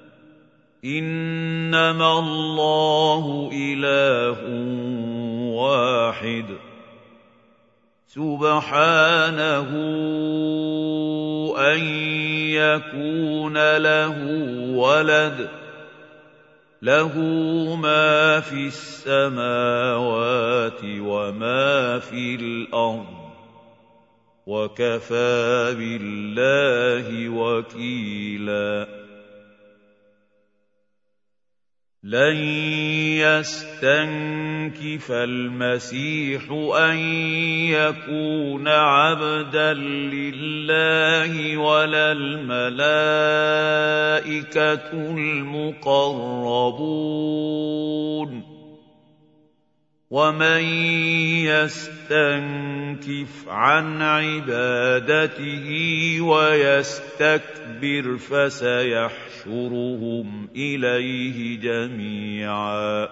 إنما الله إله واحد سبحانه أن يكون له ولد له ما في السماوات وما في الأرض وكفى بالله وكيلا لن يستنكف المسيح أن يكون عبدا لله ولا الملائكة المقربون ومن يستنكف عن عبادته ويستكبر فسيحشرهم إليه جميعا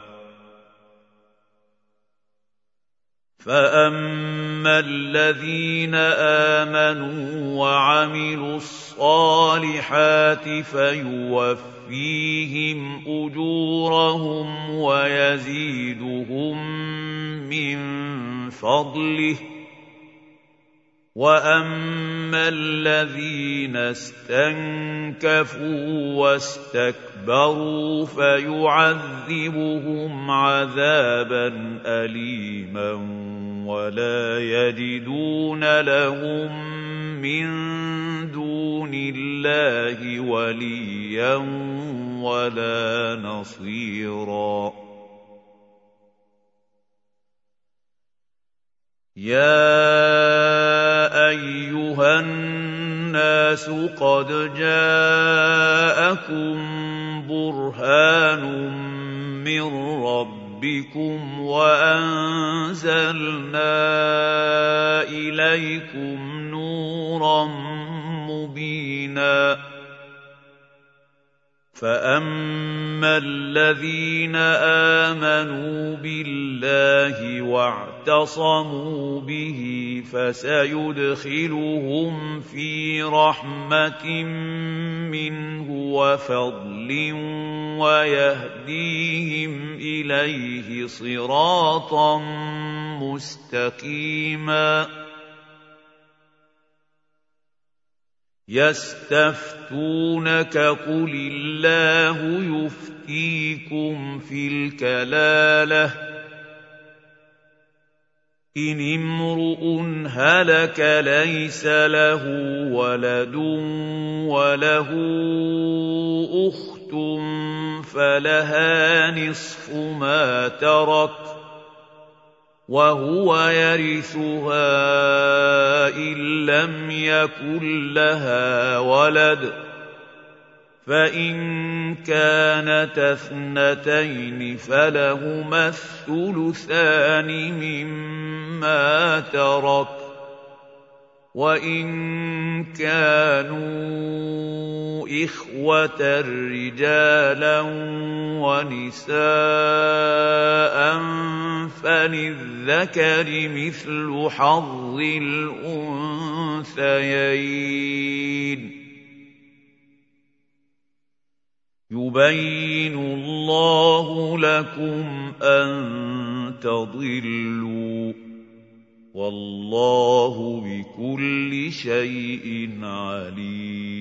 فأما الذين آمنوا وعملوا الصالحات فيوفيهم أجورهم ويزيدهم من فضله وأما الذين استنكفوا واستكبروا فيعذبهم عذابا أليما ولا يجدون لهم من دون الله وليا ولا نصيرا يا أيها الناس قد جاءكم برهان من ربكم وأنزلنا إليكم نورا مبينا فأما الذين آمنوا بالله واعتصموا به فسيدخلهم في رحمة منه وفضل ويهديهم إليه صراطا مستقيما يَسْتَفْتُونَكَ قُلِ اللَّهُ يُفْتِيكُمْ فِي الْكَلَالَةِ ۚ إِنِ امْرُؤٌ هَلَكَ لَيْسَ لَهُ وَلَدٌ وَلَهُ أُخْتٌ فَلَهَا نِصْفُ مَا تَرَكَ وَهُوَ يَرِثُهَا إِن لَّمْ يَكُن لَّهَا وَلَدٌ ۚ فَإِن كَانَتَا اثْنَتَيْنِ فَلَهُمَا الثُّلُثَانِ مِمَّا تَرَكَ ۚ وَإِن كَانُوا إِخْوَةً رِّجَالًا وَنِسَاءً فَلِلذَّكَرِ مِثْلُ حَظِّ الْأُنثَيَيْنِ ۗ يُبَيِّنُ اللَّهُ لَكُمْ أَن تَضِلُّوا ۗ وَاللَّهُ بِكُلِّ شَيْءٍ عَلِيمٌ.